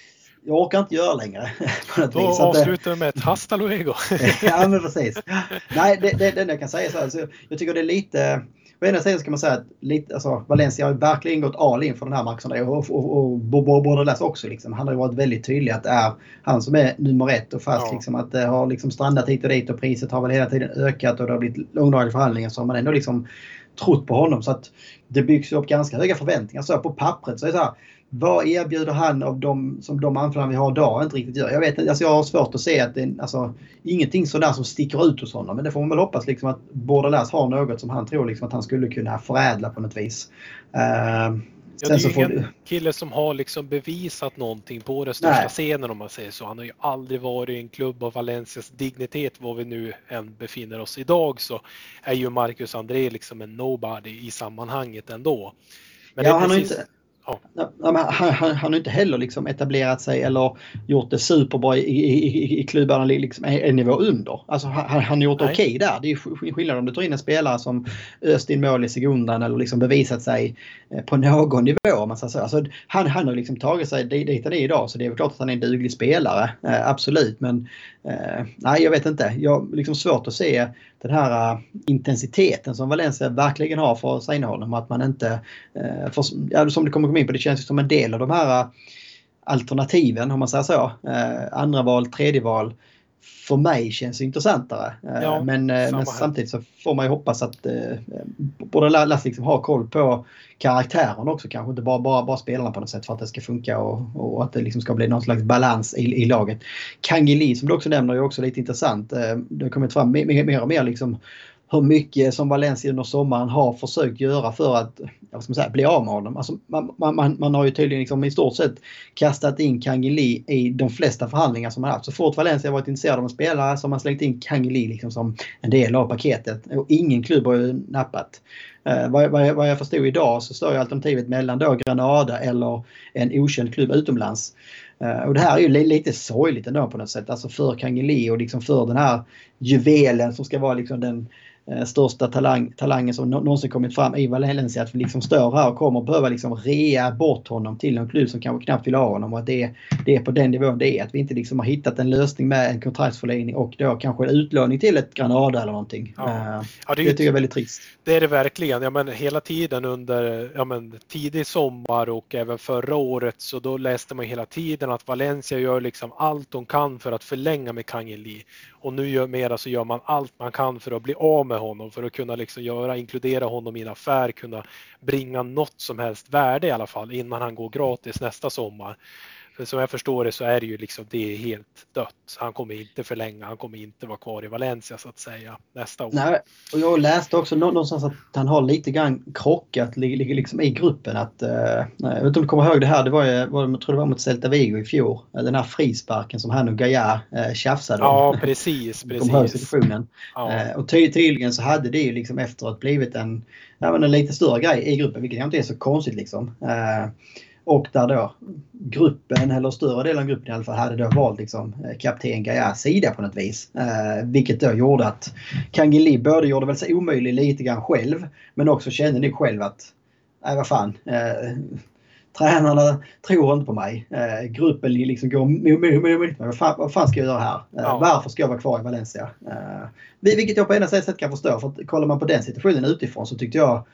jag orkar inte göra längre. Då avslutar vi med ett hasta luego. Ja, men precis. Nej, det, det, det jag kan säga så här. Så jag tycker det är lite... På ena sidan ska man säga att lite, alltså, Valencia har verkligen gått all in för den här matchen. Och, och, och Bordalas också. Liksom. Han har ju varit väldigt tydlig att det är han som är nummer ett. Och fast ja. liksom, att det har liksom strandat hit och dit och priset har väl hela tiden ökat och det har blivit långdragna förhandlingar, så har man ändå liksom trott på honom. Så att det byggs upp ganska höga förväntningar. Så på pappret så är det så här, vad erbjuder han av dem som de anfallare vi har idag inte riktigt gör? Jag vet inte, alltså jag har svårt att se att det är alltså, ingenting sådär som sticker ut hos honom. Men det får man väl hoppas liksom att Bordalas har något som han tror liksom att han skulle kunna förädla på något vis. Uh, ja, det är ju ingen du... kille som har liksom bevisat någonting på den största Nej. scenen, om man säger så. Han har ju aldrig varit i en klubb av Valencias dignitet, var vi nu än befinner oss idag, så är ju Marcus André liksom en nobody i sammanhanget ändå. Men ja, det är han precis... har inte... Ja. Han, han, han har inte heller liksom etablerat sig eller gjort det superbra i, i, i, i klubbarna liksom en nivå under. Alltså han, han har gjort okej okay där. Det är skillnad om du tar in en spelare som öst in mål i sekundan eller liksom bevisat sig på någon nivå. Man säger. Alltså, han, han har liksom tagit sig dit han är idag, så det är väl klart att han är en duglig spelare. Eh, absolut, men eh, nej, jag vet inte. Jag har liksom svårt att se den här uh, intensiteten som Valencia verkligen har för sig honom, att man inte, uh, för, ja, som det kommer komma in på, det känns som en del av de här uh, alternativen, om man säger så, uh, andra val, tredje val, för mig känns intressantare. Uh, ja, men, uh, men samtidigt så får man ju hoppas att uh, både Lass liksom har koll på karaktären också, kanske inte bara, bara, bara spelarna på något sätt, för att det ska funka och, och att det liksom ska bli någon slags balans i, i laget. Kangeli, som du också nämner, är också lite intressant. Det har kommit fram mer, mer och mer liksom hur mycket som Valencia under sommaren har försökt göra för att, vad ska man säga, bli av med honom. Alltså man, man, man har ju tydligen liksom i stort sett kastat in Kangeli i de flesta förhandlingar som man haft. Så fort Valencia varit intresserad av en spelare så har man slängt in Kangeli liksom som en del av paketet. Och ingen klubb har ju nappat. Uh, vad, vad, vad jag förstod idag så står ju alternativet mellan då Granada eller en okänd klubb utomlands. Uh, och det här är ju li- lite sorgligt ändå på något sätt. Alltså för Kangeli och liksom för den här juvelen som ska vara liksom den uh, största talang, talangen som nå- någonsin kommit fram i Valencia. Att vi liksom står här och kommer behöva liksom rea bort honom till en klubb som kanske knappt vill ha honom. Och att det, det är på den nivån det är. Att vi inte liksom har hittat en lösning med en kontraktsförlängning och då kanske en utlåning till ett Granada eller någonting. Ja. Uh, ja, det, det tycker jag är väldigt trist. Det är det verkligen. Ja, men hela tiden under ja, men, tidig sommar och även förra året, så då läste man hela tiden att Valencia gör liksom allt de kan för att förlänga med Kangeli. Och nu gör mera så gör man allt man kan för att bli av med honom, för att kunna liksom göra, inkludera honom i en affär, kunna bringa något som helst värde i alla fall innan han går gratis nästa sommar. För som jag förstår det så är det ju liksom, det är helt dött. Han kommer inte förlänga, han kommer inte vara kvar i Valencia så att säga nästa år. Nej, och jag läste också någonstans att han har lite grann krockat liksom i gruppen. Att, uh, jag vet inte om du kommer ihåg det här, det var ju, jag tror det var mot Celta Vigo i fjol. Den här frisparken som han och Gaia uh, tjafsade om. Ja, precis. precis. Ja. Uh, och ty- tydligen så hade det ju liksom efteråt blivit en, ja, men en lite större grej i gruppen, vilket inte är så konstigt liksom. Uh, Och där då gruppen, eller större delen av gruppen i alla fall, hade då valt liksom kapten Gaias sida på något vis. Eh, vilket då gjorde att Kangeli både gjorde väl sig omöjlig lite grann själv, men också kände ni själv att, nej vad fan, eh, tränarna tror inte på mig. Eh, gruppen liksom går emot mig. Vad fan, vad fan ska jag göra här? Eh, ja. Varför ska jag vara kvar i Valencia? Eh, vilket jag på ena sätt kan förstå, för att kollar man på den situationen utifrån så tyckte jag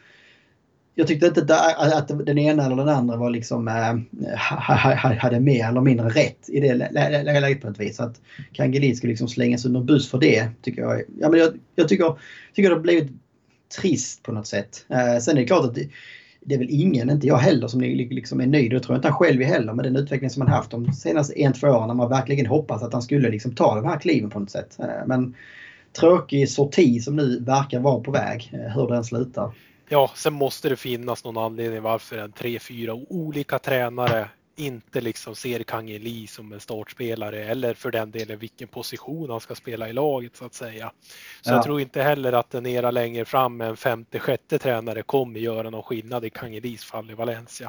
Jag tyckte inte att den ena eller den andra var liksom, äh, hade mer eller mindre rätt i det läget på ett vis. Att Kangeli skulle liksom slängas under buss för det, tycker jag. Ja, men jag, jag tycker, tycker det har blivit trist på något sätt. Äh, sen är det klart att det, det är väl ingen, inte jag heller, som liksom är nöjd. Jag tror inte han själv är heller med den utveckling som han haft de senaste en, två åren, när man verkligen hoppas att han skulle liksom ta de här kliven på något sätt. Äh, men tråkig sorti som nu verkar vara på väg, hur den slutar. Ja, sen måste det finnas någon anledning varför en tre, fyra olika tränare inte liksom ser Kangeli som en startspelare, eller för den delen vilken position han ska spela i laget så att säga. Så ja. Jag tror inte heller att den era längre fram med en femte, sjätte tränare kommer göra någon skillnad i Kangelis fall i Valencia.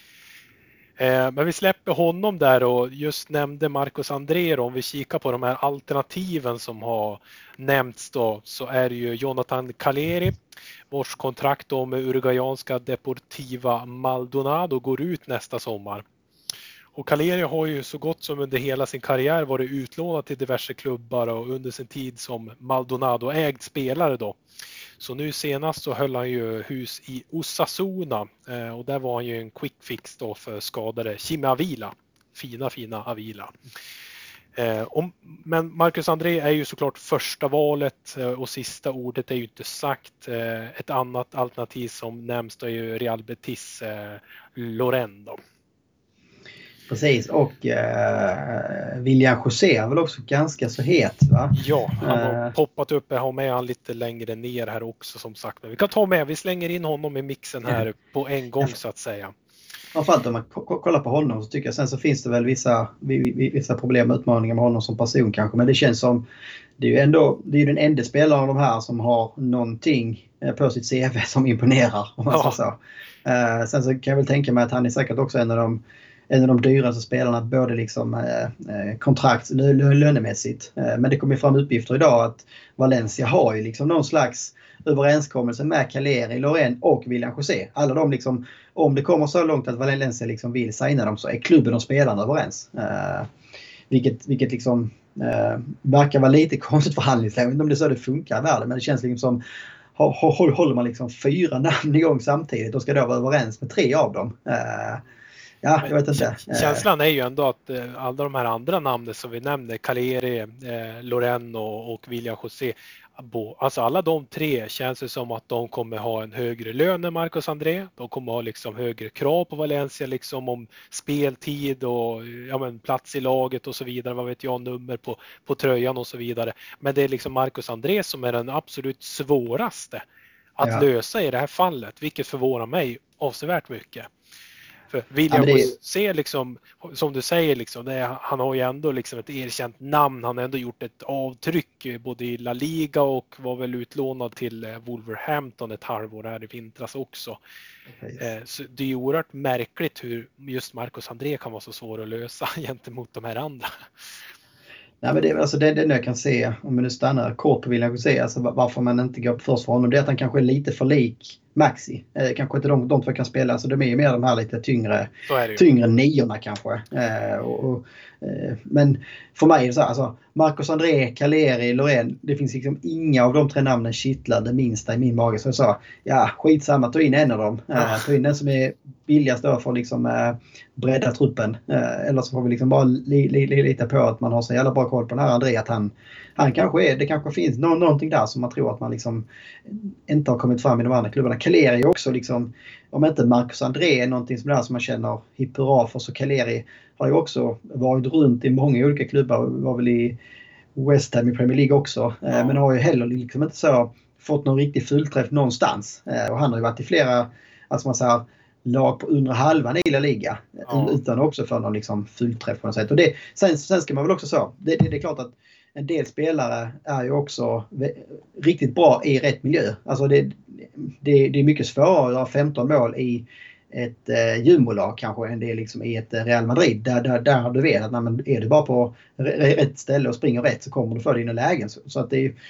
Men vi släpper honom där och just nämnde Marcus André då, om vi kikar på de här alternativen som har nämnts då, så är det ju Jonathan Caleri, vars kontrakt då med uruguayanska Deportiva Maldonado går ut nästa sommar. Och Caleri har ju så gott som under hela sin karriär varit utlånad till diverse klubbar och under sin tid som Maldonado-ägd spelare då. Så nu senast så höll han ju hus i Osasuna och där var han ju en quick fix då för skadade Chime Avila. Fina, fina Avila. Men Marcus André är ju såklart första valet och sista ordet är ju inte sagt. Ett annat alternativ som nämns då är ju Real Betis Loren då. Precis, och eh, William José är väl också ganska så het, va? Ja, han har uh, poppat upp. Jag har med han lite längre ner här också som sagt. Men vi kan ta med, vi slänger in honom i mixen här uh, på en gång så att säga. Framförallt om man k- kollar på honom så tycker jag sen så finns det väl vissa, vissa problem och utmaningar med honom som person kanske. Men det känns som, det är ju ändå, det är ju den enda spelaren av de här som har någonting på sitt C V som imponerar. Om man ja. så. Uh, sen så kan jag väl tänka mig att han är säkert också en av de en av de dyraste spelarna både liksom eh, kontrakt lönemässigt. Eh, men det kommer fram uppgifter idag att Valencia har ju liksom någon slags överenskommelse med Caleri, Loren och William José. Alla de liksom, om det kommer så långt att Valencia liksom vill signa dem så är klubben och spelarna överens. Eh, vilket, vilket liksom eh, verkar vara lite konstigt förhandlingsläge. Jag vet inte om det är så det funkar i världen, men det känns liksom som håller man liksom fyra namn igång samtidigt och ska då vara överens med tre av dem. Eh, Ja, jag vet inte. Känslan är ju ändå att alla de här andra namnen som vi nämnde, Caleri, eh, Loren och, och William José, alltså alla de tre känns det som att de kommer ha en högre lön än Marcus André. De kommer ha liksom högre krav på Valencia liksom om speltid och ja, men plats i laget och så vidare. Vad vet jag, nummer på, på tröjan och så vidare. Men det är liksom Marcus André som är den absolut svåraste att ja. lösa i det här fallet, vilket förvånar mig avsevärt mycket. För William ja, José liksom, som du säger liksom, det är, han har ju ändå liksom ett erkänt namn, han har ändå gjort ett avtryck både i La Liga och var väl utlånad till Wolverhampton ett halvår här i vintras också. Okay. Så det är ju oerhört märkligt hur just Marcus André kan vara så svår att lösa gentemot de här andra. Nej, men det är alltså det, det jag kan se, om vi nu stannar kort på William José, alltså varför man inte går först för honom, det är att han kanske är lite för lik Maxi. Eh, kanske inte de, de två kan spela, så de är ju mer de här lite tyngre, tyngre niorna kanske. Eh, och, och, eh, men för mig är det så här, alltså, Marcus André, Caleri, Loren, det finns liksom inga av de tre namnen kittlar det minsta i min mage. Så jag sa, ja skitsamma, ta in en av dem. Eh, ta in den som är billigast då för att liksom, eh, bredda truppen. Eh, eller så får vi liksom bara li, li, li, lita på att man har så jävla bra koll på den här André, att han Han kanske är, det kanske finns någon, någonting där som man tror att man liksom inte har kommit fram i de andra klubbarna. Caleri är också liksom, om inte Marcus André är någonting som, där som man känner hipp hurra för, så Caleri har ju också varit runt i många olika klubbar, var väl i West Ham i Premier League också, ja. Men har ju heller liksom inte så fått någon riktig fullträff någonstans. Och han har ju varit i flera, alltså man säger, lag på undre halvan i La Liga, ja. Utan också för någon liksom fullträff på något sätt. Och det, sen, sen ska man väl också så, det, det, det är klart att en del spelare är ju också riktigt bra i rätt miljö. Alltså det, det, det är mycket svårare att göra femton mål i ett eh, jumbolag kanske än det är liksom i ett Real Madrid. Där, där, där du vet att när är du bara på rätt ställe och springer rätt så kommer du få dina lägen. Så, så att det är,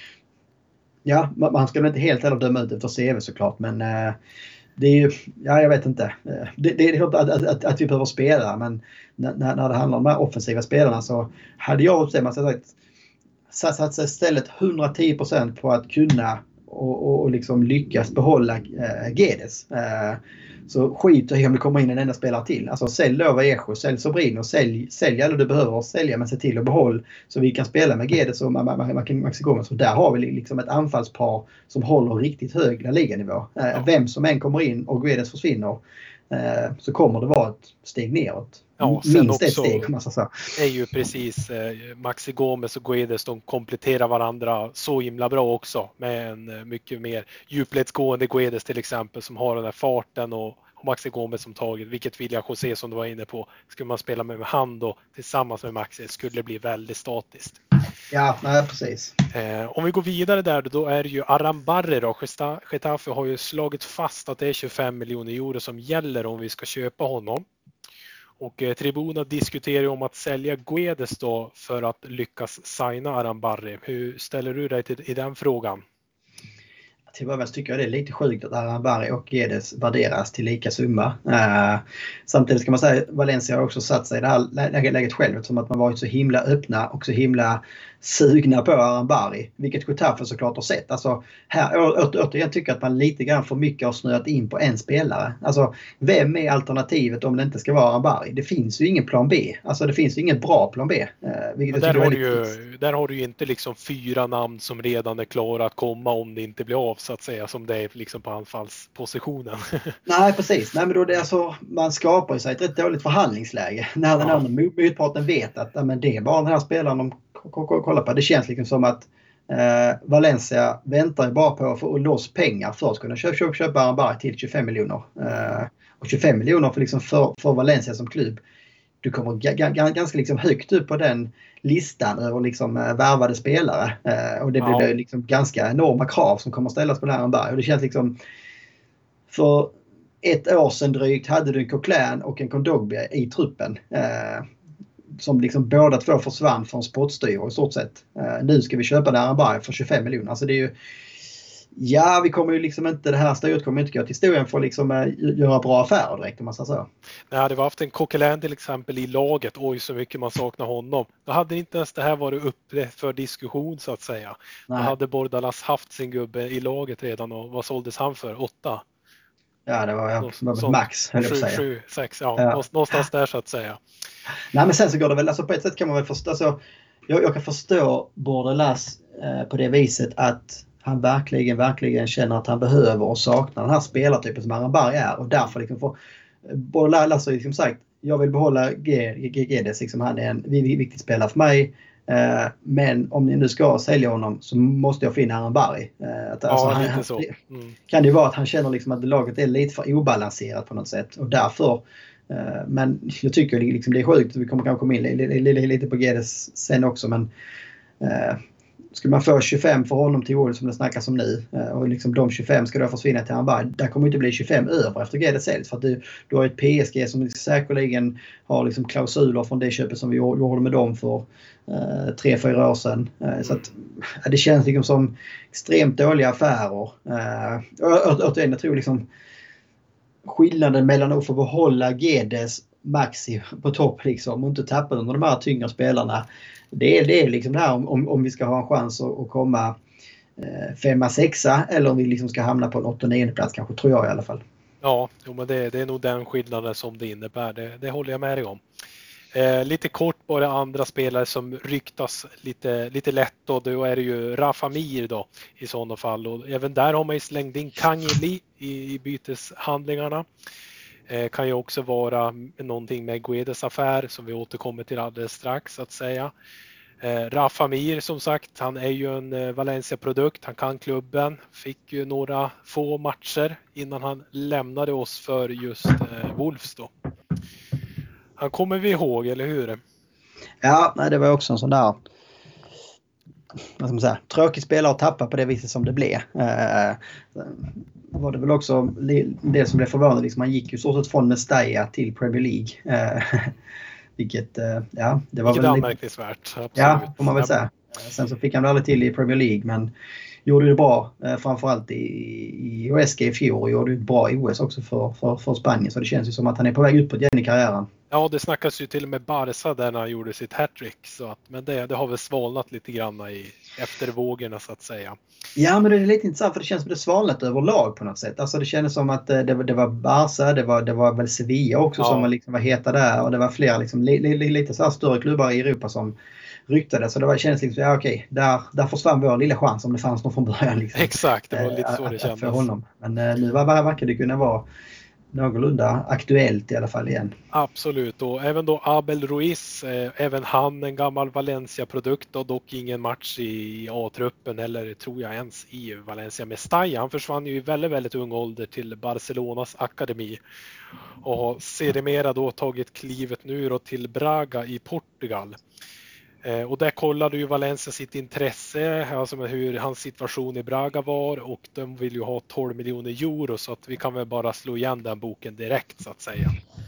ja, man ska väl inte helt heller döma ut efter C V såklart, men eh, det är ju, ja jag vet inte. Det, det är klart att, att, att, att vi behöver spela, men när, när det handlar om de här offensiva spelarna så hade jag bestämt sagt satsa istället hundratio procent på att kunna och, och, och liksom lyckas behålla äh, Guedes. Äh, så skit i om det kommer in en enda spelare till. Alltså sälj då Vallejo, sälj Sobrino, sälj, sälj alla du behöver sälja, men se till att behåll så vi kan spela med Guedes och Maxi Gomez. Så där har vi liksom ett anfallspar som håller riktigt hög La Liga-nivå. Äh, ja. Vem som än kommer in och Guedes försvinner äh, så kommer det vara ett steg neråt. Ja, sen minst ett steg, också är ju precis eh, Maxi Gomez och Guedes, de kompletterar varandra så himla bra också med en eh, mycket mer djupledsgående Guedes till exempel som har den här farten och, och Maxi Gomez som taget, vilket William José som du var inne på, skulle man spela med, med hand och tillsammans med Maxi skulle det bli väldigt statiskt. Ja, nej, precis. Eh, om vi går vidare där då är det ju Arambarre då. Getafe har ju slagit fast att det är tjugofem miljoner euro som gäller om vi ska köpa honom. Och eh, Tribuna diskuterar om att sälja Guedes då för att lyckas signa Arambarre. Hur ställer du dig till i den frågan? Till början tycker jag det är lite sjukt att Aranbari och Guedes värderas till lika summa. Uh, samtidigt ska man säga att Valencia har också satt sig i det här läget själv eftersom att man varit så himla öppna och så himla sugna på Aranbari. Vilket Getafe såklart har sett. Alltså, här återigen tycker jag att man lite grann för mycket har snöat in på en spelare. Alltså, vem är alternativet om det inte ska vara Aranbari? Det finns ju ingen plan B. Alltså det finns ju ingen bra plan B. Uh, vilket där, har du ju, där har du ju inte liksom fyra namn som redan är klara att komma om det inte blir av så att säga som det är liksom på anfallspositionen. Nej precis, nej men då det är så, man skapar sig ett rätt dåligt förhandlingsläge när den andra motparten vet att ja, men det är bara den här spelaren de kollar på. Det känns liksom som att eh, Valencia väntar ju bara på att få loss pengar för att kunna köpa, köpa, köpa Aranbari till tjugofem miljoner. Eh, och tjugofem miljoner för, liksom för, för Valencia som klubb. Du kommer g- g- ganska liksom högt upp på den listan över liksom äh, värvade spelare. Äh, och det blir ja. liksom ganska enorma krav som kommer att ställas på Aranbari. Och det känns liksom... För ett år sedan drygt hade du en Coquelin och en Kondogbia i truppen. Äh, som liksom båda två försvann från sportstyre i stort sett. Äh, nu ska vi köpa Aranbari för tjugofem miljoner. Alltså det är ju... Ja, vi kommer ju liksom inte, det här styret kommer inte gå till historien för att liksom äh, göra bra affärer direkt om man säger så. Nej, hade vi haft en Coquelin till exempel i laget, oj så mycket man saknar honom. Då hade inte ens det här varit uppe för diskussion så att säga. Nej. Då hade Bordalas haft sin gubbe i laget redan och vad såldes han för? Åtta? Ja, det var, ja, det var max, höll jag på att säga. Sju, sex, ja, ja. Någonstans där så att säga. Nej, men sen så går det väl, alltså på ett sätt kan man väl förstå, alltså, jag, jag kan förstå Bordalas eh, på det viset att han verkligen, verkligen känner att han behöver och saknar den här spelartypen som Aranbari är. Och därför liksom får... Både Lasse har liksom sagt, jag vill behålla Guedes. Liksom, han är en viktig spelare för mig. Eh, men om ni nu ska sälja honom så måste jag finna Aranbari. Eh, att, ja, alltså, han, han, så. Mm. Kan det ju vara att han känner liksom att laget är lite för obalanserat på något sätt. Och därför... Eh, men jag tycker liksom det är sjukt. Vi kommer kanske komma in lite på Guedes sen också. Men... Eh, skulle man få tjugofem för honom till år som det snackas om nu och liksom de tjugofem ska då försvinna till Aranbari. Där kommer inte bli tjugofem över efter Guedes säljs för att du, du har ett P S G som säkerligen har liksom klausuler från det köpet som vi gjorde med dem för eh, tre, fyra år sedan. Eh, så att ja, det känns liksom som extremt dåliga affärer. Eh, återigen, jag tror liksom skillnaden mellan att få behålla Guedes Maxi på topp liksom och inte tappa under de här tyngre spelarna. Det är, det är liksom det här om, om, om vi ska ha en chans att, att komma eh, femma, sexa eller om vi liksom ska hamna på en åtta, nionde plats kanske, tror jag i alla fall. Ja, jo, men det, det är nog den skillnaden som det innebär. Det, det håller jag med dig om. Eh, lite kort bara andra spelare som ryktas lite, lite lätt och då är det ju Rafa Mir då i sådana fall. Och även där har man ju slängt in Kang Lee i, i byteshandlingarna. Eh, kan ju också vara någonting med Guedes affär som vi återkommer till alldeles strax att säga. Eh, Rafa Mir som sagt, han är ju en eh, Valencia-produkt, han kan klubben, fick ju några få matcher innan han lämnade oss för just eh, Wolves då. Han kommer vi ihåg, eller hur? Ja, nej, det var också en sån där vad ska man säga, tråkig spelare att tappa på det viset som det blev. Eh, var det väl också det som blev förvånande. Liksom, man gick ju så från Mestalla till Premier League. Eh, vilket, eh, ja, det var vilket väl anmärkningsvärt. Absolut. Ja, får man väl säga. Sen så fick han väl aldrig till i Premier League, men gjorde det bra. Eh, framförallt i, i O S G i fjol och gjorde det bra i O S också för, för, för Spanien. Så det känns ju som att han är på väg ut på igen i karriären. Ja, det snackas ju till och med Barca där när han gjorde sitt hattrick. Så att, men det, det har väl svalnat lite grann i eftervågorna så att säga. Ja, men det är lite intressant för det känns som det svalnat överlag på något sätt. Alltså det kändes som att det, det var Barca, det var, det var väl Sevilla också ja. som var, liksom, var heta där. Och det var flera liksom, li, li, lite så här större klubbar i Europa som ryktade. Så det var, kändes liksom, ja okej, där, där försvann vår lilla chans om det fanns någon från början. Liksom. Exakt, det var lite så det kändes. För honom. Men nu var, verkar det kunna vara någorlunda aktuellt i alla fall igen. Absolut, och även då Abel Ruiz, eh, även han en gammal Valencia-produkt och dock ingen match i A-truppen eller tror jag ens i Valencia Mestalla. Han försvann ju i väldigt, väldigt ung ålder till Barcelonas akademi och har sedermera då tagit klivet nu då till Braga i Portugal. Eh, och där kollade ju Valencia sitt intresse, alltså med hur hans situation i Braga var och de vill ju ha tolv miljoner euro så att vi kan väl bara slå igen den boken direkt så att säga.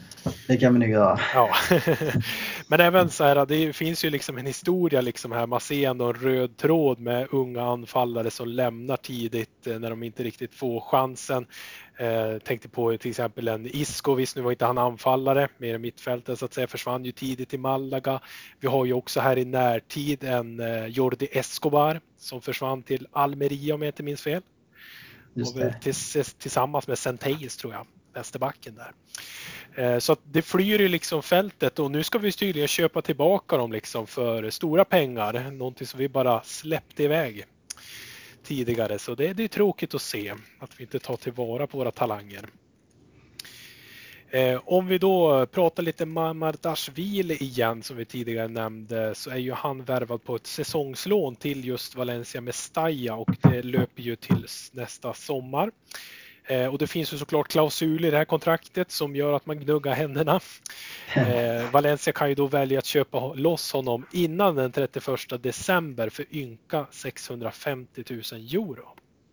Det kan vi nog göra. Ja. Men även så här, det finns ju liksom en historia liksom här. Man ser ändå en röd tråd med unga anfallare som lämnar tidigt när de inte riktigt får chansen. Eh, tänkte på till exempel en Isco, visst nu var inte han anfallare, mer i mittfältet så att säga, försvann ju tidigt i Malaga. Vi har ju också här i närtid en eh, Jordi Escobar som försvann till Almeria om jag inte minns fel. Just och det. Tiss, tillsammans med Centeis tror jag, vänsterbacken där. Eh, så att det flyr ju liksom fältet och nu ska vi tydligen köpa tillbaka dem liksom för stora pengar, någonting som vi bara släppte iväg tidigare, så det, det är tråkigt att se att vi inte tar tillvara på våra talanger. Eh, om vi då pratar lite Mamardashvili igen som vi tidigare nämnde, så är ju han värvad på ett säsongslån till just Valencia Mestalla och det löper ju till nästa sommar. Eh, och det finns ju såklart klausuler i det här kontraktet som gör att man gnuggar händerna. Eh, Valencia kan ju då välja att köpa loss honom innan den trettioförsta december för ynka sexhundrafemtio tusen euro.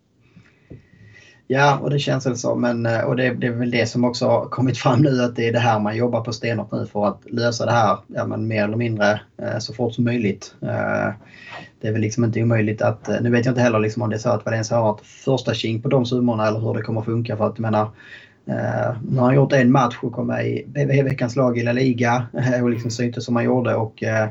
Ja, och det känns väl så, men och det, det är väl det som också har kommit fram nu, att det är det här man jobbar på stenhårt nu för att lösa det här, ja, men mer eller mindre eh, så fort som möjligt. Eh, det är väl liksom inte omöjligt att, nu vet jag inte heller liksom om det är så att Valencia har ett första king på de summorna eller hur det kommer att funka, för att jag menar, Uh, nu har han gjort en match och kom med i veckans lag i La Liga uh, och liksom syntes som han gjorde, och uh,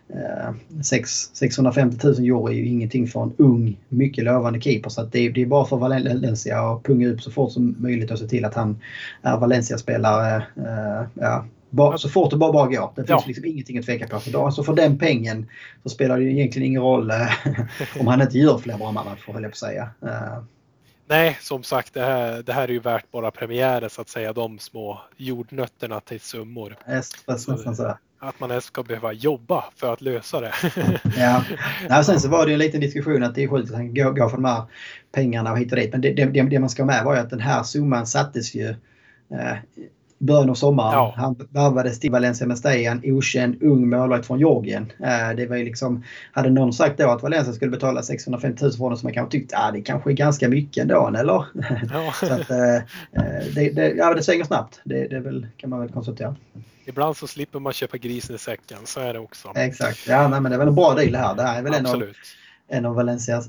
uh, sexhundrafemtio tusen euro är ju ingenting för en ung, mycket lovande keeper, så att det, det är bara för Valencia att punga upp så fort som möjligt och se till att han är Valencia-spelare uh, ja, bara, så fort det bara, bara går. Det finns ja. liksom ingenting att tveka på för då. Alltså för den pengen så spelar det ju egentligen ingen roll uh, om han inte gör fler bra matcher, vill jag på säga. Uh, Nej, som sagt, det här, det här är ju värt bara premiären så att säga, de små jordnötterna till summor. Så, så. Att man ens ska behöva jobba för att lösa det. Ja, ja, sen så var det ju en liten diskussion att det är sjukt att han går, går för de här pengarna och hit och dit. Men det, det, det man ska med var ju att den här summan sattes ju eh, början av sommaren. Ja. Han värvades till Valencia Mestalla, en okänd ung målvakt från Georgien. Eh, det var ju liksom, hade någon sagt då att Valencia skulle betala sexhundrafemtio tusen för honom, som man kanske tyckte att ah, det kanske är ganska mycket ändå, eller? Ja. Så att, eh, det, det, ja, det svänger snabbt. Det, det är väl, kan man väl konstatera. Ibland så slipper man köpa grisen i säcken, så är det också. Exakt, ja, nej, men det är väl en bra deal det här. Det här är väl en av, en av Valencias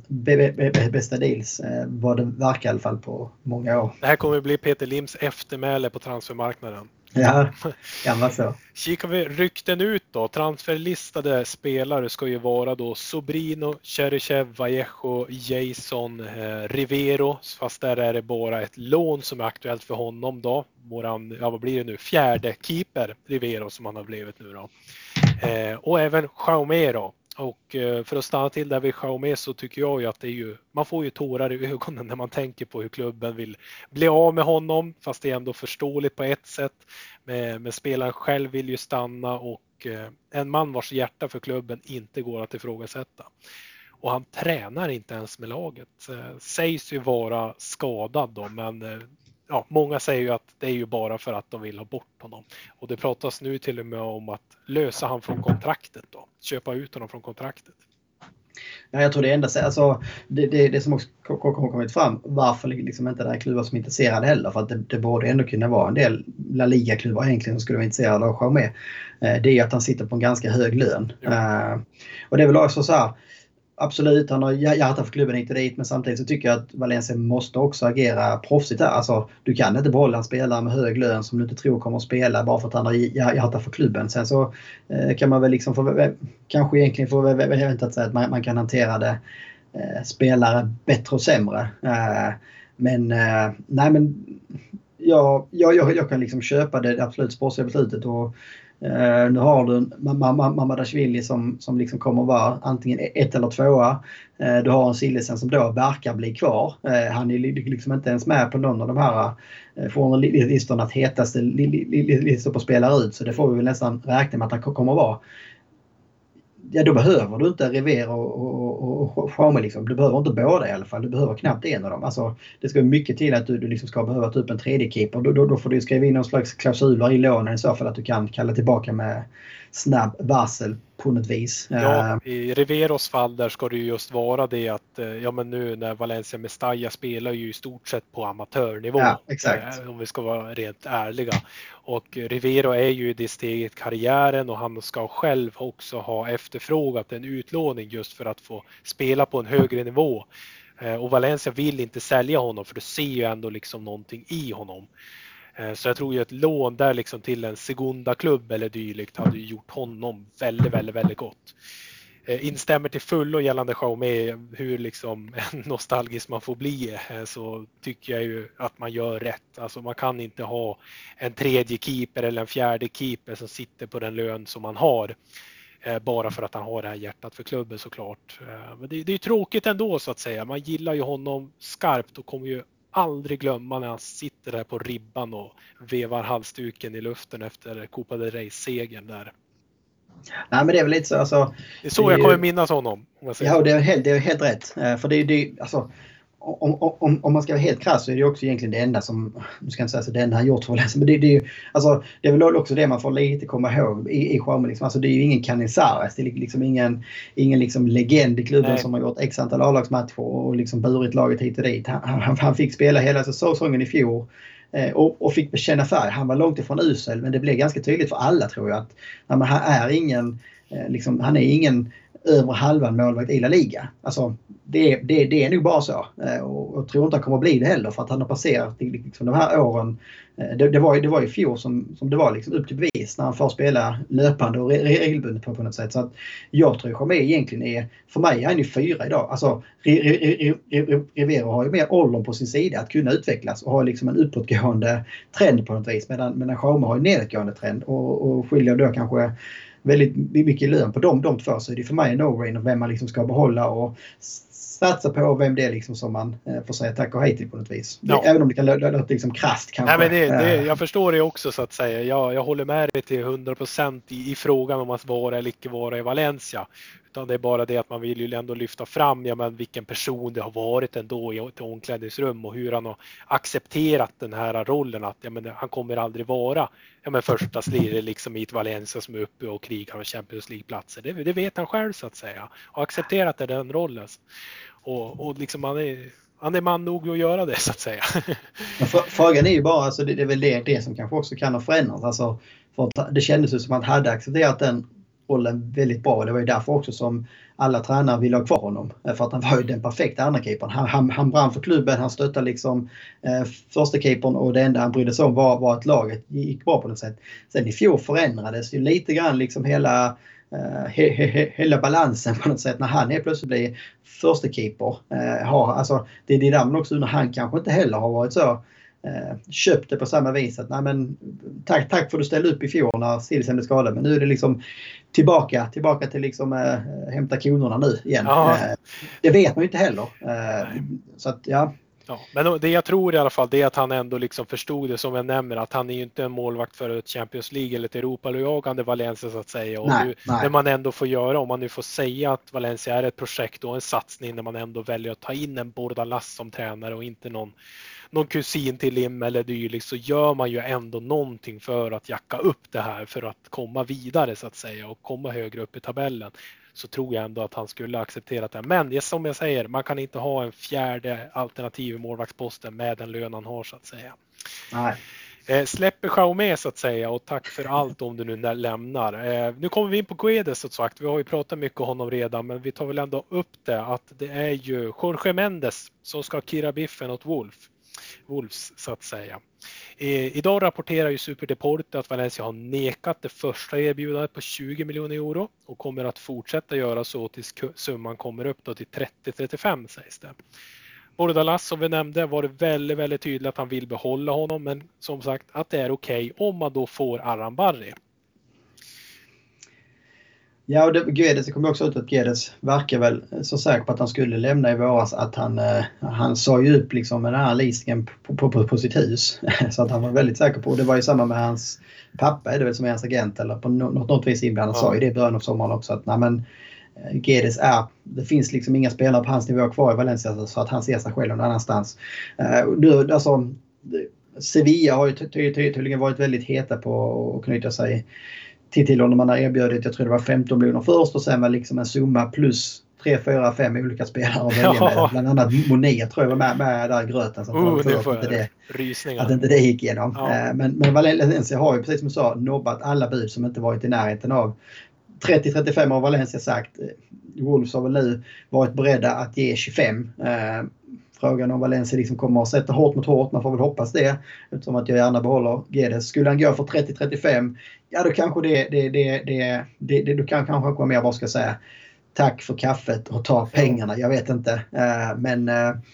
bästa deals, eh, vad det verkar i alla fall på många år. Det här kommer att bli Peter Lims eftermäle på transfermarknaden. Ja, kan vara så. Kikar vi rykten ut då. Transferlistade spelare ska ju vara då Sobrino, Cheryshev, Vallejo, Jason, eh, Rivero. Fast där är det bara ett lån som är aktuellt för honom då. Våran, ja vad blir det nu? Fjärde keeper Rivero som han har blivit nu då. Eh, och även Jaume då. Och för att stanna till där vid Jaume, så tycker jag ju att det är ju, man får ju tårar i ögonen när man tänker på hur klubben vill bli av med honom, fast det är ändå förståeligt på ett sätt. Men, men spelaren själv vill ju stanna, och en man vars hjärta för klubben inte går att ifrågasätta. Och han tränar inte ens med laget. Sägs ju vara skadad då, men ja, många säger ju att det är ju bara för att de vill ha bort honom. Och det pratas nu till och med om att lösa han från kontraktet då. Köpa ut honom från kontraktet. Ja, jag tror det enda, alltså, det, det, det som också har kommit fram, varför liksom inte det här klubbar som är intresserade heller, för att det, det borde ändå kunna vara en del La Liga-klubbar egentligen som skulle vara intresserade av Jaume. Det är att han sitter på en ganska hög lön. Ja. Och det är väl också så här, absolut, han har hjärta för klubben hit och dit, men samtidigt så tycker jag att Valencia måste också agera proffsigt där. Alltså, du kan inte behålla en spelare med hög lön som du inte tror kommer att spela bara för att han har hjärta för klubben. Sen så eh, kan man väl liksom få, kanske egentligen få vänta att säga att man, man kan hantera det eh, spelare bättre och sämre. Eh, men eh, nej men jag, jag, jag, jag kan liksom köpa det absolut sportsliga beslutet, och Uh, nu har du Mamardashvili som, som liksom kommer att vara antingen ett eller tvåa. Uh, du har en Sillesen som då verkar bli kvar. Uh, han är liksom inte ens med på någon av de här uh, fornlistorna att hetaste listor på spelare ut. Så det får vi väl nästan räkna med att han kommer att vara. Ja, då behöver du inte Rivero och, och, och Jaume liksom. Du behöver inte båda i alla fall. Du behöver knappt en av dem. Alltså, det ska mycket till att du, du liksom ska behöva typ en tredje keeper. Då, då, då får du skriva in någon slags klausuler i lånen i så fall att du kan kalla tillbaka med snabb varsel på något vis. Ja, i Riveros fall där ska det ju just vara det att ja, men nu när Valencia Mestalla spelar ju i stort sett på amatörnivå. Ja, exakt. Om vi ska vara rent ärliga. Och Rivero är ju i det steget i karriären och han ska själv också ha efterfrågat en utlåning just för att få spela på en högre nivå. Och Valencia vill inte sälja honom för det ser ju ändå liksom någonting i honom. Så jag tror ju ett lån där liksom till en segunda klubb eller dylikt hade gjort honom väldigt, väldigt, väldigt gott. Instämmer till fullo gällande Jaume, hur liksom nostalgisk man får bli, så tycker jag ju att man gör rätt. Alltså man kan inte ha en tredje keeper eller en fjärde keeper som sitter på den lön som man har. Bara för att han har det här hjärtat för klubben såklart. Men det, det är ju tråkigt ändå så att säga. Man gillar ju honom skarpt och kommer ju aldrig glömma när han sitter där på ribban och vevar halsduken i luften efter Copa del Rey-segern där. Nej, men det är väl lite så. Alltså, det är så det jag kommer ju minnas honom. Om jag säger. Ja, det är, helt, det är helt rätt. För det är ju, alltså, om, om, om man ska vara helt krass så är det också egentligen det enda som, nu ska jag inte säga så det enda han gjort för Valencia, men det, det är ju, alltså, det är väl också det man får lite komma ihåg i, i Jaume. Liksom. Alltså, det är ju ingen Canizares, det är liksom ingen, ingen liksom legend i klubben. Nej. Som har gjort x antal A-lagsmatcher och liksom burit laget hit och dit. Han, han, han fick spela hela säsongen i fjol. Och, och fick bekänna färg. Han var långt ifrån usel, men det blev ganska tydligt för alla tror jag att nej, men han är ingen liksom, han är ingen över halvan målvakt i La Liga. Alltså, det, det, det är nog bara så. Och jag tror inte han kommer att bli det heller för att han har passerat liksom, de här åren. Det, det, var, det var ju fjol som, som det var liksom, upp till bevis när han får spela löpande och regelbundet på, på något sätt. Så att jag tror Jaume egentligen är, för mig är han ju fyra idag. Alltså Rivero har ju mer åldern på sin sida att kunna utvecklas och ha liksom en uppåtgående trend på något vis. Medan, medan Jaume har en nedåtgående trend och, och skiljer då kanske väldigt mycket lön på dem, de två, så är det för mig en no-brainer vem man liksom ska behålla och satsa på, vem det är liksom som man eh, får säga tack och hej till på något vis. Ja. Även om det kan låta lå- liksom krasst kanske. Nej, men det, det, jag förstår det också så att säga. Jag, jag håller med dig till hundra procent i, i frågan om att vara eller icke vara i Valencia. Utan det är bara det att man vill ju ändå lyfta fram ja, men vilken person det har varit ändå i ett omklädningsrum och hur han har accepterat den här rollen att ja, men han kommer aldrig vara ja, men första slire liksom i ett Valencia som är uppe och krigar om Champions League-platser. Det, det vet han själv så att säga. Och accepterat den rollen. Och, och liksom han är, han är man nog att göra det så att säga. Men frågan är ju bara, alltså, det, det är väl det, det som kanske också kan ha förändrats. Alltså, för det kändes ju som att han hade accepterat den rollen väldigt bra. Det var ju därför också som alla tränare ville ha kvar honom. För att han var ju den perfekta andra keepern. Han, han, han brann för klubben, han stöttade liksom eh, första keepern och det enda han brydde sig om var, var att laget gick bra på något sätt. Sen i fjol förändrades ju lite grann liksom hela Uh, he, he, he, hela balansen på något sätt när han är plötsligt blir första keeper. Uh, har, alltså, det är det där men också när han kanske inte heller har varit så uh, köpt det på samma vis att nej, men, tack, tack för att du ställde upp i fjol när Silsen blev skadad, men nu är det liksom tillbaka, tillbaka till liksom uh, hämta konorna nu igen. Uh, det vet man ju inte heller. Uh, så att ja. Ja, men det jag tror i alla fall det är att han ändå liksom förstod det som jag nämner att han är ju inte en målvakt för ett Champions League eller ett Europa-jagande Valencia så att säga och nej, nu, nej. när man ändå får göra om man nu får säga att Valencia är ett projekt och en satsning när man ändå väljer att ta in en Bordalas som tränare och inte någon, någon kusin till Lim eller dylikt så gör man ju ändå någonting för att jacka upp det här för att komma vidare så att säga och komma högre upp i tabellen. Så tror jag ändå att han skulle acceptera det. Men som jag säger, man kan inte ha en fjärde alternativ i målvaktsposten med den lön han har så att säga. Nej. Eh, släpper Jaume så att säga och tack för allt om du nu lämnar. Eh, nu kommer vi in på Guedes så sagt. Vi har ju pratat mycket om honom redan men vi tar väl ändå upp det att det är ju Jorge Mendes som ska kira biffen åt Wolf. Wolves så att säga. Eh, idag rapporterar ju Superdeport att Valencia har nekat det första erbjudandet på tjugo miljoner euro och kommer att fortsätta göra så tills summan kommer upp då till trettio till trettiofem sägs det. Bordalas som vi nämnde var det väldigt, väldigt tydligt att han vill behålla honom men som sagt att det är okej om man då får Aran Barry. Ja, och det, Guedes, det kom också ut att Guedes verkar väl så säker på att han skulle lämna i våras att han, eh, han sa ju upp liksom den här leasingen på, på, på, på sitt hus. Så att han var väldigt säker på, och det var ju samma med hans pappa, är det väl som är hans agent eller på något, något vis inblandad, ja. Sa ju det i början av sommaren också att nej men Guedes är, det finns liksom inga spelare på hans nivå kvar i Valencia så att han ser sig själv någon annanstans. Uh, nu, alltså, Sevilla har ju ty- ty- ty- tydligen varit väldigt heta på att knyta sig till till honom man har erbjudit, jag tror det var femton miljoner först och sen var liksom en summa plus tre, fyra, fem olika spelare att välja med. Bland annat Monet tror jag var med, med där i gröten. Så oh, det får att, inte det, rysningar. att inte det gick igenom. Ja. Men, men Valencia har ju precis som du sa nobbat alla bud som inte varit i närheten av trettio till trettiofem har Valencia sagt. Wolves har väl nu varit beredda att ge tjugofem. Frågan om Valencia liksom kommer att sätta hårt mot hårt. Man får väl hoppas det. Eftersom att jag gärna behåller Guedes. Skulle han gå för trettio till trettiofem. Ja då kanske det, det, det, det, det, det du kan kanske komma mer vad ska jag säga. Tack för kaffet och ta pengarna. Jag vet inte. Men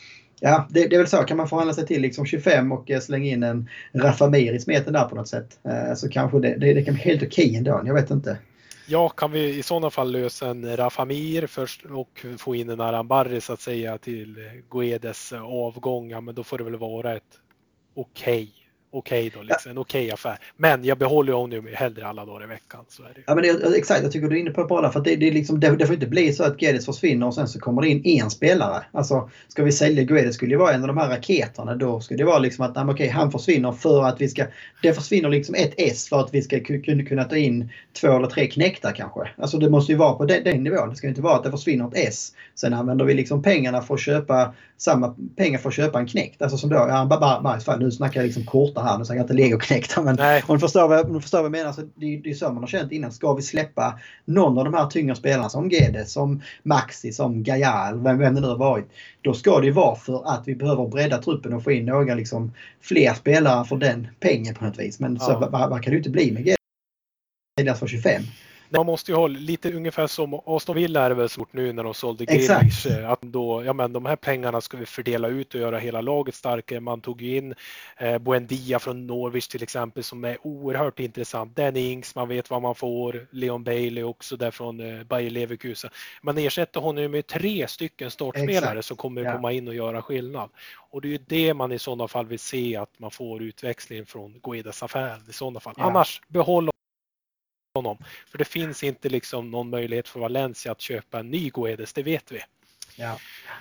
ja, det, det är väl så. Kan man förhandla sig till liksom tjugofem och slänga in en Rafa Mir i smeten där på något sätt. Så kanske det, det, det kan bli helt okej ändå. Jag vet inte. Ja, kan vi i sådana fall lösa en Rafa Mir först och få in en Arambarri så att säga till Guedes avgång, ja, men då får det väl vara ett okej. Okej då, liksom. En okej affär. Men jag behåller honom hellre alla dagar i veckan. Så är det. Ja, men det, exakt, jag tycker du är inne på det bra. För att det, det, är liksom, det, det får inte bli så att Guedes försvinner och sen så kommer det in en spelare. Alltså, ska vi sälja Guedes skulle det vara en av de här raketerna. Då skulle det vara liksom att nej, okej, han försvinner för att vi ska... Det försvinner liksom ett S för att vi ska kunna, kunna ta in två eller tre knäckta kanske. Alltså det måste ju vara på den, den nivån. Det ska inte vara att det försvinner ett S. Sen använder vi liksom pengarna för att köpa... Samma pengar för att köpa en knäckt. Alltså som då... Ja, bara, bara, bara, nu snackar jag liksom korta här. Nu snackar jag inte legoknäckta. Men Nej. om du förstår vad, om du förstår vad jag menar så det, det är så man har känt innan. Ska vi släppa någon av de här tyngre spelarna som Guedes, som Maxi, som Gajal, vem, vem det nu har varit. Då ska det ju vara för att vi behöver bredda truppen och få in några liksom, fler spelare för den pengen på något vis. Men ja. så, vad, vad kan det inte bli med Guedes för tjugofem? Man måste ju ha lite ungefär som Aston Villa är det väl svårt nu när de sålde Grealish. Att då, ja men de här pengarna ska vi fördela ut och göra hela laget starkare. Man tog in eh, Buendia från Norwich till exempel som är oerhört intressant. Danny Ings, man vet vad man får. Leon Bailey också där från eh, Bayer Leverkusen. Man ersätter honom med tre stycken startspelare Exakt. Som kommer ja. komma in och göra skillnad. Och det är ju det man i sådana fall vill se att man får utväxling från Guedes affären i sådana fall. Ja. Annars behåll honom. För det finns inte liksom någon möjlighet för Valencia att köpa en ny Guedes, det vet vi. Ja.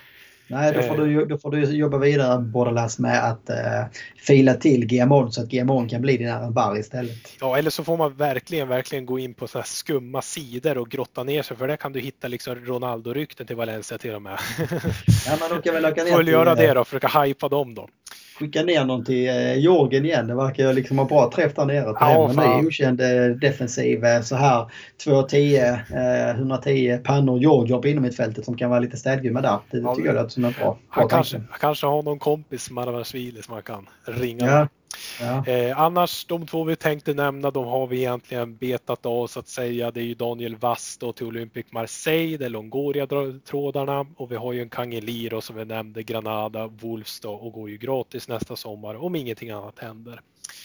Nej, då får, du, då får du jobba vidare Bordalas med att uh, fila till Guillamon så att Guillamon kan bli din Arambarri istället. Ja, eller så får man verkligen, verkligen gå in på så här skumma sidor och grotta ner sig för där kan du hitta liksom Ronaldo-rykten till Valencia till och med. Ja, men då kan väl åka ner får till, göra det då, försöka hypa dem då. Skicka ner någon till eh, Jorgen igen. Det verkar ju liksom ha bra träff där nere. Ja, men det är okänd eh, defensiv eh, så här två tio, eh, etthundratio pannor Jorgen på inom mitt fältet som kan vara lite städgumma där. Det ja, tycker jag låter som en bra, bra han kanske, han kanske har någon kompis Maravashvili som man kan ringa. Ja. Ja. Eh, annars, de två vi tänkte nämna, de har vi egentligen betat av så att säga. Det är ju Daniel Vass då till Olympic Marseille, det är Longoria-trådarna och vi har ju en Kangeli då som vi nämnde, Granada, Wolves då och går ju gratis nästa sommar om ingenting annat händer.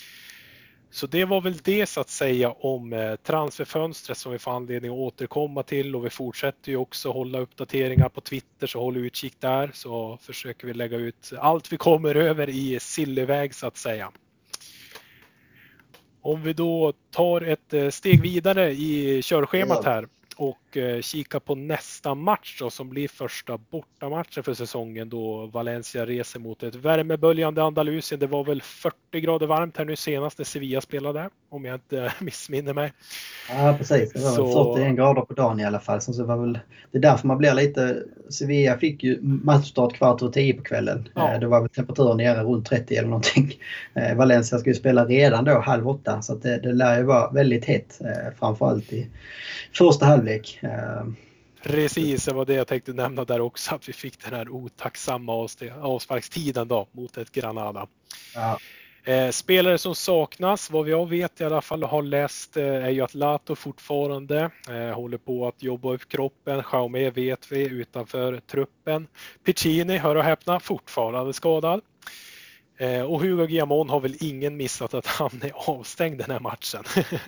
Så det var väl det så att säga om eh, transferfönstret som vi får anledning att återkomma till och vi fortsätter ju också hålla uppdateringar på Twitter så håll utkik där så försöker vi lägga ut allt vi kommer över i Silleväg så att säga. Om vi då tar ett steg vidare i körschemat här och kika på nästa match då, som blir första bortamatchen för säsongen då Valencia reser mot ett värmeböljande Andalusien. Det var väl fyrtio grader varmt här nu senast när Sevilla spelade om jag inte missminner mig. Ja precis, det var så... fyrtioen grader på dagen i alla fall. Så det, var väl, det är därför man blir lite, Sevilla fick ju matchstart kvart över tio på kvällen. Ja. Det var väl temperaturen nere runt trettio eller någonting. Valencia ska ju spela redan då halv åtta så att det, det lär ju vara väldigt hett framförallt i första halvlek. Precis, det var det jag tänkte nämna där också att vi fick den här otacksamma avsparkstiden då mot ett Granada. Ja. Eh, spelare som saknas, vad jag vet i alla fall har läst eh, är ju att Lato fortfarande eh, håller på att jobba upp kroppen. Jaume vet vi utanför truppen. Piccini, hör och häpna, fortfarande skadad. Eh, och Hugo Guillamon har väl ingen missat att han är avstängd den här matchen.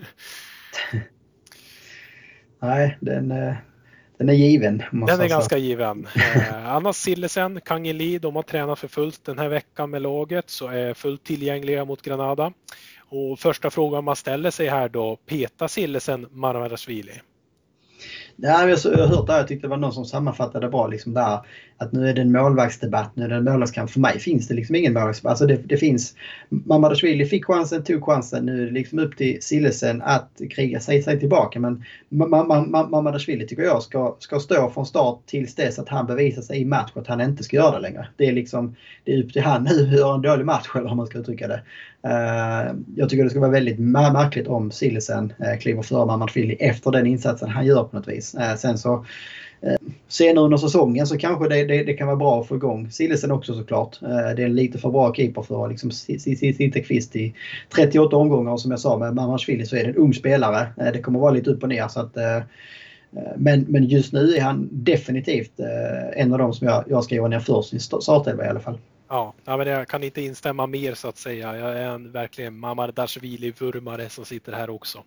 Nej, den, den är given. Den är ganska given. Eh, Anna Sillesen, Kangeli, de har tränat för fullt den här veckan med laget så är fullt tillgängliga mot Granada. Och första frågan man ställer sig här då, peta Sillesen Maravashvili? Ja, jag, så, jag har hört det här, jag tyckte det var någon som sammanfattade bra liksom där, att nu är det en målvaktsdebatt, nu är det en målvaktskamp. För mig finns det liksom ingen målvaktsdebatt. Alltså det, det finns, Mamardashvili fick chansen, tog chansen, nu är det liksom upp till Sillesen att kriga sig, sig tillbaka. Men Mamardashvili tycker jag ska, ska stå från start tills dess att han bevisar sig i match att han inte ska göra det längre. Det är liksom, det är upp till han nu hur en dålig match eller hur man ska uttrycka det. Uh, jag tycker det ska vara väldigt märkligt om Sillesen uh, kliver före Mamardashvili efter den insatsen han gör på något vis. Uh, sen så uh, senare under säsongen så kanske det, det, det kan vara bra att få igång Sillesen också såklart. Uh, det är en lite för bra keeper för att liksom sitta kvist i trettioåtta omgångar, och som jag sa med Mamardashvili så är det en ung spelare. Uh, det kommer vara lite upp och ner så att uh, Men, men just nu är han definitivt eh, en av dem som jag, jag skriver ner först i startelva i alla fall. Ja, men jag kan inte instämma mer så att säga. Jag är en verkligen Mamardashvili-vurmare som sitter här också.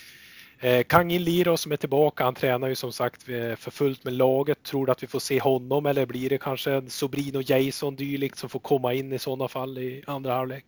Eh, Kangin Liro som är tillbaka, han tränar ju som sagt för fullt med laget. Tror du att vi får se honom, eller blir det kanske en Sobrino Jason dylikt som får komma in i sådana fall i andra halvlek?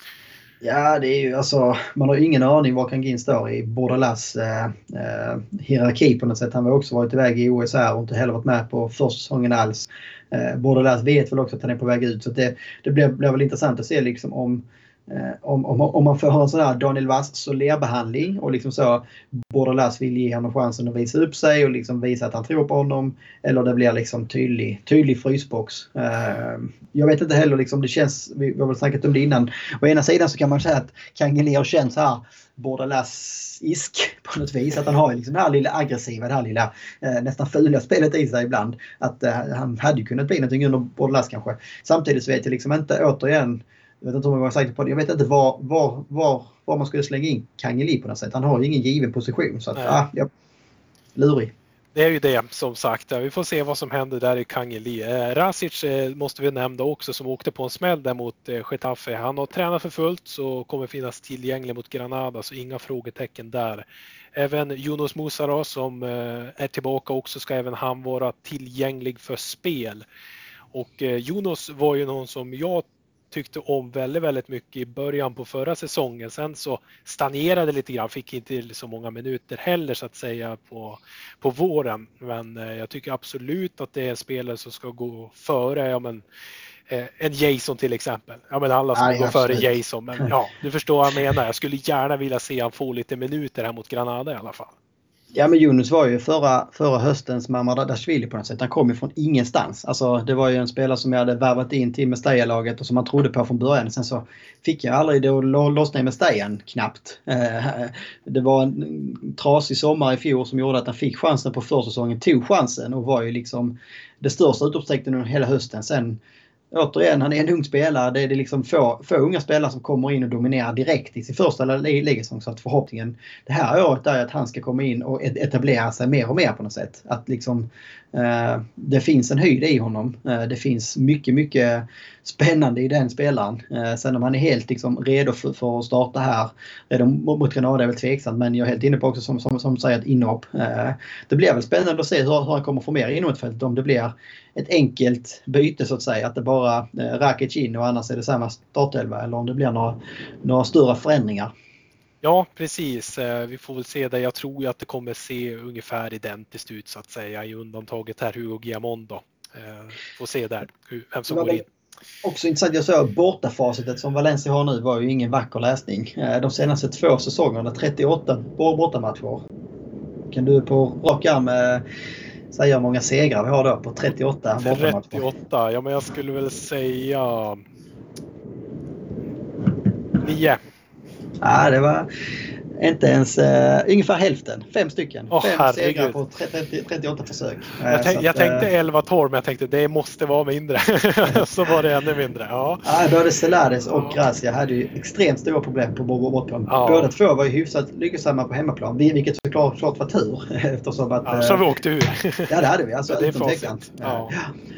Ja, det är ju alltså, man har ingen aning var Kangin står i Bordalas eh, eh, hierarki på något sätt. Han har också varit iväg i O S R och inte heller varit med på första säsongen alls. Eh, Bordalas vet väl också att han är på väg ut, så det, det blir, blir väl intressant att se liksom om Eh, om, om, om man får ha en sån här Daniel Vass-behandling och liksom så Bordalas vill ge honom chansen att visa upp sig och liksom visa att han tror på honom, eller det blir liksom tydlig, tydlig frysbox. Eh, jag vet inte heller, liksom, det känns, vi har väl snackat om det innan, å ena sidan så kan man säga att Kangin Liro känns här Bordalas-isk på något vis, att han har liksom det här lilla aggressiva, det här lilla eh, nästan fula spelet i sig ibland, att eh, han hade ju kunnat bli någonting under Bordalas kanske. Samtidigt så vet jag liksom inte, återigen, jag vet inte om jag var säker på det. Jag vet inte var, var, var, var man skulle slänga in Kangin Liro på något sätt. Han har ju ingen given position. Så att, ah, ja, lurig. Det är ju det som sagt. Vi får se vad som händer där i Kangin Liro. Eh, Rasic eh, måste vi nämna också, som åkte på en smäll där mot eh, Getafe. Han har tränat för fullt, så kommer finnas tillgänglig mot Granada, så inga frågetecken där. Även Yunus Musara som eh, är tillbaka också, ska även han vara tillgänglig för spel. Och eh, Yunus var ju någon som jag tyckte om väldigt, väldigt mycket i början på förra säsongen. Sen så stagnerade lite grann, fick inte så många minuter heller så att säga på, på våren. Men eh, jag tycker absolut att det är spelare som ska gå före, ja, men, eh, en Jason till exempel. Ja, men alla ska Aj, gå absolut. före Jason. Men ja, du förstår vad jag menar. Jag skulle gärna vilja se han få lite minuter här mot Granada i alla fall. Ja, men Yunus var ju förra, förra höstens Mamardashvili på något sätt. Han kom ju från ingenstans. Alltså, det var ju en spelare som jag hade värvat in till Mestalla-laget och som man trodde på från början. Sen så fick jag aldrig det att lossna i Mestalla knappt. Det var en trasig sommar i fjol som gjorde att han fick chansen på försäsongen. Tog chansen och var ju liksom det största utropstecknet under hela hösten. Sen återigen, han är en ung spelare. Det är det liksom få, få unga spelare som kommer in och dominerar direkt i sin första ligasäsong. Så att förhoppningen det här året är att han ska komma in och etablera sig mer och mer på något sätt. Att liksom eh, det finns en höjd i honom. Eh, det finns mycket, mycket spännande i den spelaren. Eh, sen om han är helt liksom redo för, för att starta här redan mot Granada är väl tveksamt. Men jag är helt inne på också som, som, som säger ett inhopp. Eh, det blir väl spännande att se hur, hur han kommer få mer inhoppsfält. Om det blir ett enkelt byte så att säga. Att det bara eh, Rakic in och annars är det samma startelva. Eller om det blir några, några större förändringar. Ja, precis. Vi får väl se det. Jag tror ju att det kommer se ungefär identiskt ut så att säga i undantaget här Hugo Guillamon då. Får se där vem som går in. Också intressant, jag såg bortafacitet som Valencia har nu var ju ingen vacker läsning. De senaste två säsongerna, trettioåtta bortamatcher. Kan du på rak arm säga hur många segrar vi har då på trettioåtta bortamatcher? trettioåtta, ja men jag skulle väl säga nio. Ja, det var inte ens uh, ungefär hälften. Fem stycken. Oh, Fem herregud. segrar på trettio, trettioåtta försök. Jag, tänk, att, jag tänkte elva tolv, men jag tänkte det måste vara mindre. Så var det ännu mindre. Ja. Ja, både Celades och Gracia hade ju extremt stora problem på bortaplan. Ja. Båda två var ju hyfsat lyckosamma på hemmaplan. Vilket såklart klart var tur. Eftersom att, ja, så vi åkte ur. Ja, det hade vi. Alltså, ja, det är facit. Ja.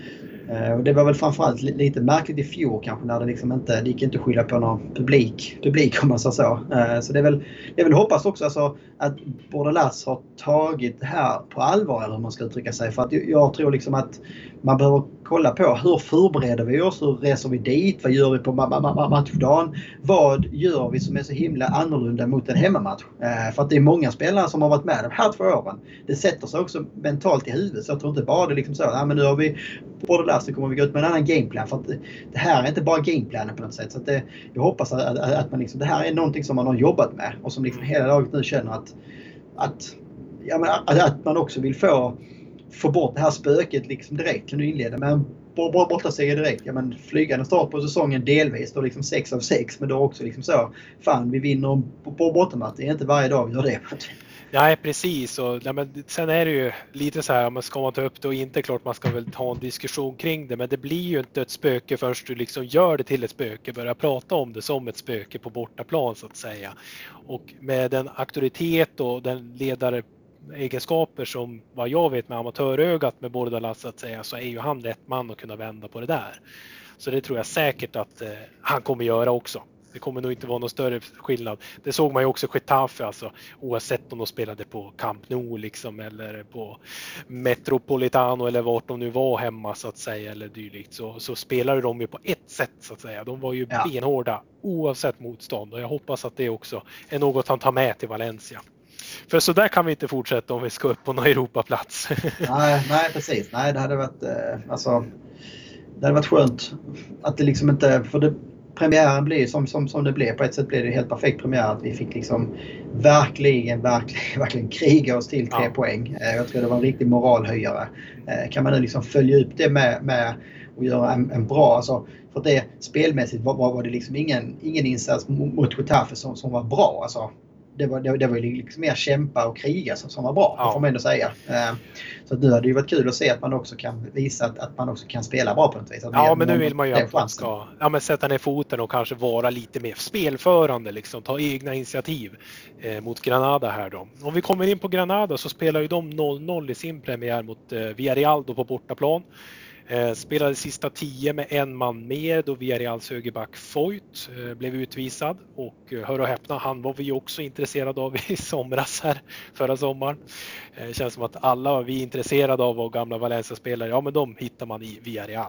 Eh, och det var väl framförallt lite märkligt i fjol kanske när det liksom inte, det gick inte att skylla på någon publik, publik om man säger så. Eh, så det är väl, jag vill hoppas också alltså, att Bordelas har tagit det här på allvar eller hur man ska uttrycka sig. För att jag tror liksom att man behöver kolla på hur förbereder vi oss, hur reser vi dit, vad gör vi på ma- ma- ma- matchdagen, vad gör vi som är så himla annorlunda mot en hemmamatch. Eh, för att det är många spelare som har varit med de här två åren. Det sätter sig också mentalt i huvudet så jag tror inte bara det är liksom så, ja men nu har vi Bordelas, så kommer vi gå ut med en annan gameplan. För att det, det här är inte bara gameplanen på något sätt. Så att det, jag hoppas att, att, att man liksom, det här är någonting som man har jobbat med och som liksom hela laget nu känner att, att, ja, men att, att man också vill få få bort det här spöket liksom direkt. Kan du inleda med en bortaseger direkt? Ja, men flygande start på säsongen delvis. Då liksom sex av sex. Men då också liksom så. Fan, vi vinner på, på bottenmatt. Det är inte varje dag vi gör det. Nej, precis. Och, ja, men sen är det ju lite så här, man ska man ta upp det och inte klart man ska väl ta en diskussion kring det. Men det blir ju inte ett spöke först du liksom gör det till ett spöke. Börjar prata om det som ett spöke på bortaplan så att säga. Och med den auktoritet och den ledare egenskaper som vad jag vet med amatörögat med Bordelas så att säga, så är ju han rätt man att kunna vända på det där. Så det tror jag säkert att eh, han kommer göra också. Det kommer nog inte vara någon större skillnad. Det såg man ju också Getafe, alltså oavsett om de spelade på Camp Nou liksom, eller på Metropolitano eller vart de nu var hemma så att säga eller dylikt, så, så spelade de ju på ett sätt så att säga. De var ju ja. benhårda oavsett motstånd och jag hoppas att det också är något han tar med till Valencia. För så där kan vi inte fortsätta om vi ska upp på någon Europaplats. nej, nej, precis. Nej, det hade varit eh, alltså, det hade varit skönt att det liksom inte, för det, premiären blir som, som, som det blev. På ett sätt blev det helt perfekt premiär att vi fick liksom verkligen, verkligen, verkligen kriga oss till tre ja. poäng. Eh, jag tror det var en riktig moralhöjare. Eh, kan man nu liksom följa upp det med, med och göra en, en bra, alltså, för det spelmässigt var, var det liksom ingen, ingen insats mot Getafe som, som var bra. Alltså, det var, det, det var liksom mer kämpa och kriga som, som var bra, ja. får man ändå säga. Eh, så att nu hade det ju varit kul att se att man också kan visa att, att man också kan spela bra på något vis. Att ja, men nu vill man ju att man ska ja, men sätta ner foten och kanske vara lite mer spelförande, liksom, ta egna initiativ eh, mot Granada här då. Om vi kommer in på Granada så spelar ju de noll noll i sin premiär mot eh, Villarreal då på bortaplan. Eh, spelade sista tio med en man mer då Villarreals högerback Foyt eh, blev utvisad och eh, hör och häpna, han var vi också intresserade av i somras här förra sommaren. Eh, känns som att alla var vi intresserade av och gamla Valencia-spelare, ja men de hittar man i Villarreal.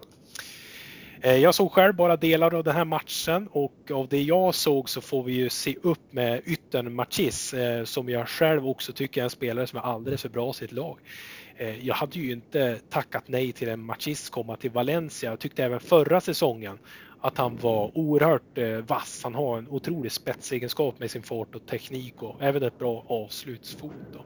Eh, jag såg själv bara delar av den här matchen och av det jag såg så får vi ju se upp med yttern Machis eh, som jag själv också tycker är en spelare som är alldeles för bra i sitt lag. Jag hade ju inte tackat nej till en Machis komma till Valencia. Jag tyckte även förra säsongen att han var oerhört vass. Han har en otrolig spetsegenskap med sin fart och teknik och även ett bra avslutsfot då.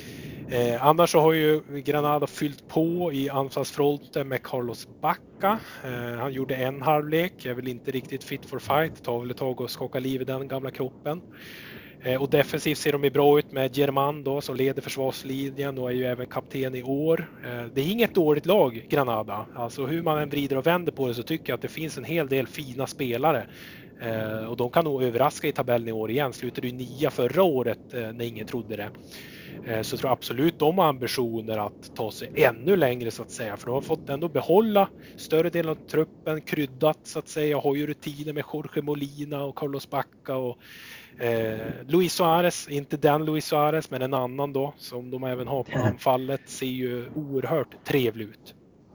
Eh, annars så har ju Granada fyllt på i anfallsfronten med Carlos Bacca. Eh, han gjorde en halvlek, är väl inte riktigt fit for fight. Tar väl ett tag och skaka liv i den gamla kroppen. Och defensivt ser de ju bra ut med German då som leder försvarslinjen och är ju även kapten i år. Det är inget dåligt lag Granada. Alltså hur man än vrider och vänder på det så tycker jag att det finns en hel del fina spelare. Och de kan nog överraska i tabellen i år igen. Slutade ju nia förra året när ingen trodde det. Så tror jag absolut de har ambitioner att ta sig ännu längre så att säga. För de har fått ändå behålla större delen av truppen, kryddat så att säga. Har ju rutiner med Jorge Molina och Carlos Bacca och eh, Luis Suarez. Inte den Luis Suarez men en annan då som de även har på anfallet. Ser ju oerhört trevlig ut.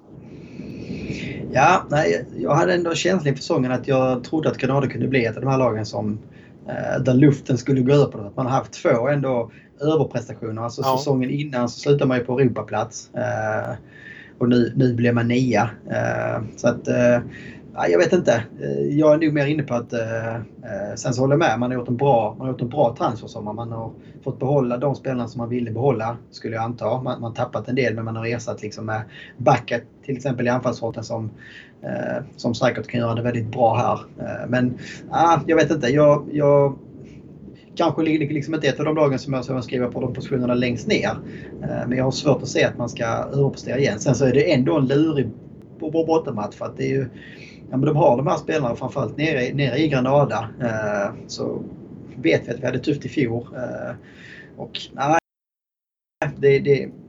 Ja, nej, jag hade ändå känslan inför säsongen att jag trodde att Granada kunde bli ett av de här lagen som eh, där luften skulle gå över på det. Att man har haft två ändå överprestationer. Alltså ja. Säsongen innan så slutar man ju på Europaplats. Eh, och nu, nu blir man nia. Eh, så att, eh, jag vet inte. Jag är nog mer inne på att eh, sen så håller jag med. Man har gjort en bra, man har gjort en bra transfersommar. Man har fått behålla de spelarna som man ville behålla, skulle jag anta. Man har tappat en del men man har ersatt liksom med Backa till exempel i anfallsfronten som, eh, som säkert kan göra det väldigt bra här. Eh, men ah, jag vet inte. Jag... jag kanske ligger liksom inte ett av de lagen som jag, som jag skriver på de positionerna längst ner. Eh, men jag har svårt att se att man ska överprestera igen. Sen så är det ändå en lurig bottenmatch för att det är ju, ja, men de har de här spelarna framförallt nere, nere i Granada. Eh, så vet vi att vi hade tufft i fjol. Eh, och nej, det, det,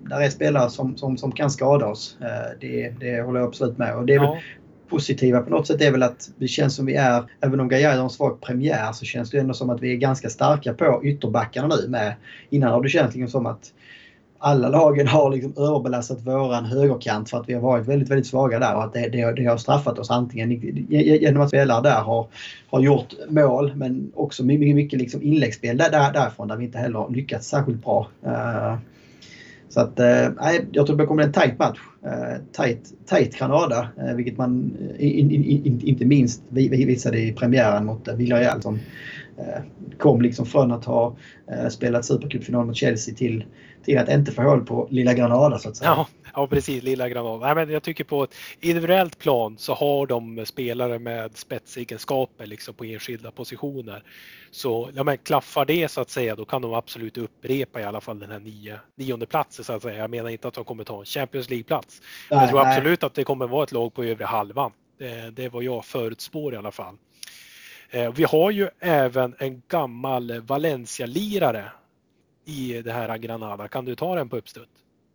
där är spelare som, som, som kan skada oss. Det, det håller jag absolut med. Och det är Ja. väl positiva på något sätt är väl att det känns som vi är, även om Gaia har en svag premiär, så känns det ändå som att vi är ganska starka på ytterbackarna nu med. Innan har det känts liksom som att alla lagen har liksom överbelastat våran högerkant för att vi har varit väldigt, väldigt svaga där och att det, det, det har straffat oss antingen genom att spelare där har, har gjort mål, men också mycket, mycket liksom inläggsspel där, där, därifrån där vi inte heller har lyckats särskilt bra. Uh, så att, uh, jag tror det kommer en tight match. Uh, tight, tight Granada, uh, vilket man in, in, in, inte minst visade i premiären mot uh, Villarreal som uh, kom liksom från att ha uh, spelat supercupfinal mot Chelsea till till att inte få håll på lilla Granada så att säga. Ja, ja precis, lilla Granada. Nej, men jag tycker på ett individuellt plan så har de spelare med spetsegenskaper liksom på enskilda positioner. Så ja, men klaffar det så att säga, då kan de absolut upprepa i alla fall den här nio, nionde platsen så att säga. Jag menar inte att de kommer ta en Champions League-plats. Nej, jag tror nej. absolut att det kommer vara ett lag på övre halvan. Det, det var jag förutspår i alla fall. Vi har ju även en gammal Valencia-lirare i det här Granada. Kan du ta den på uppstöt?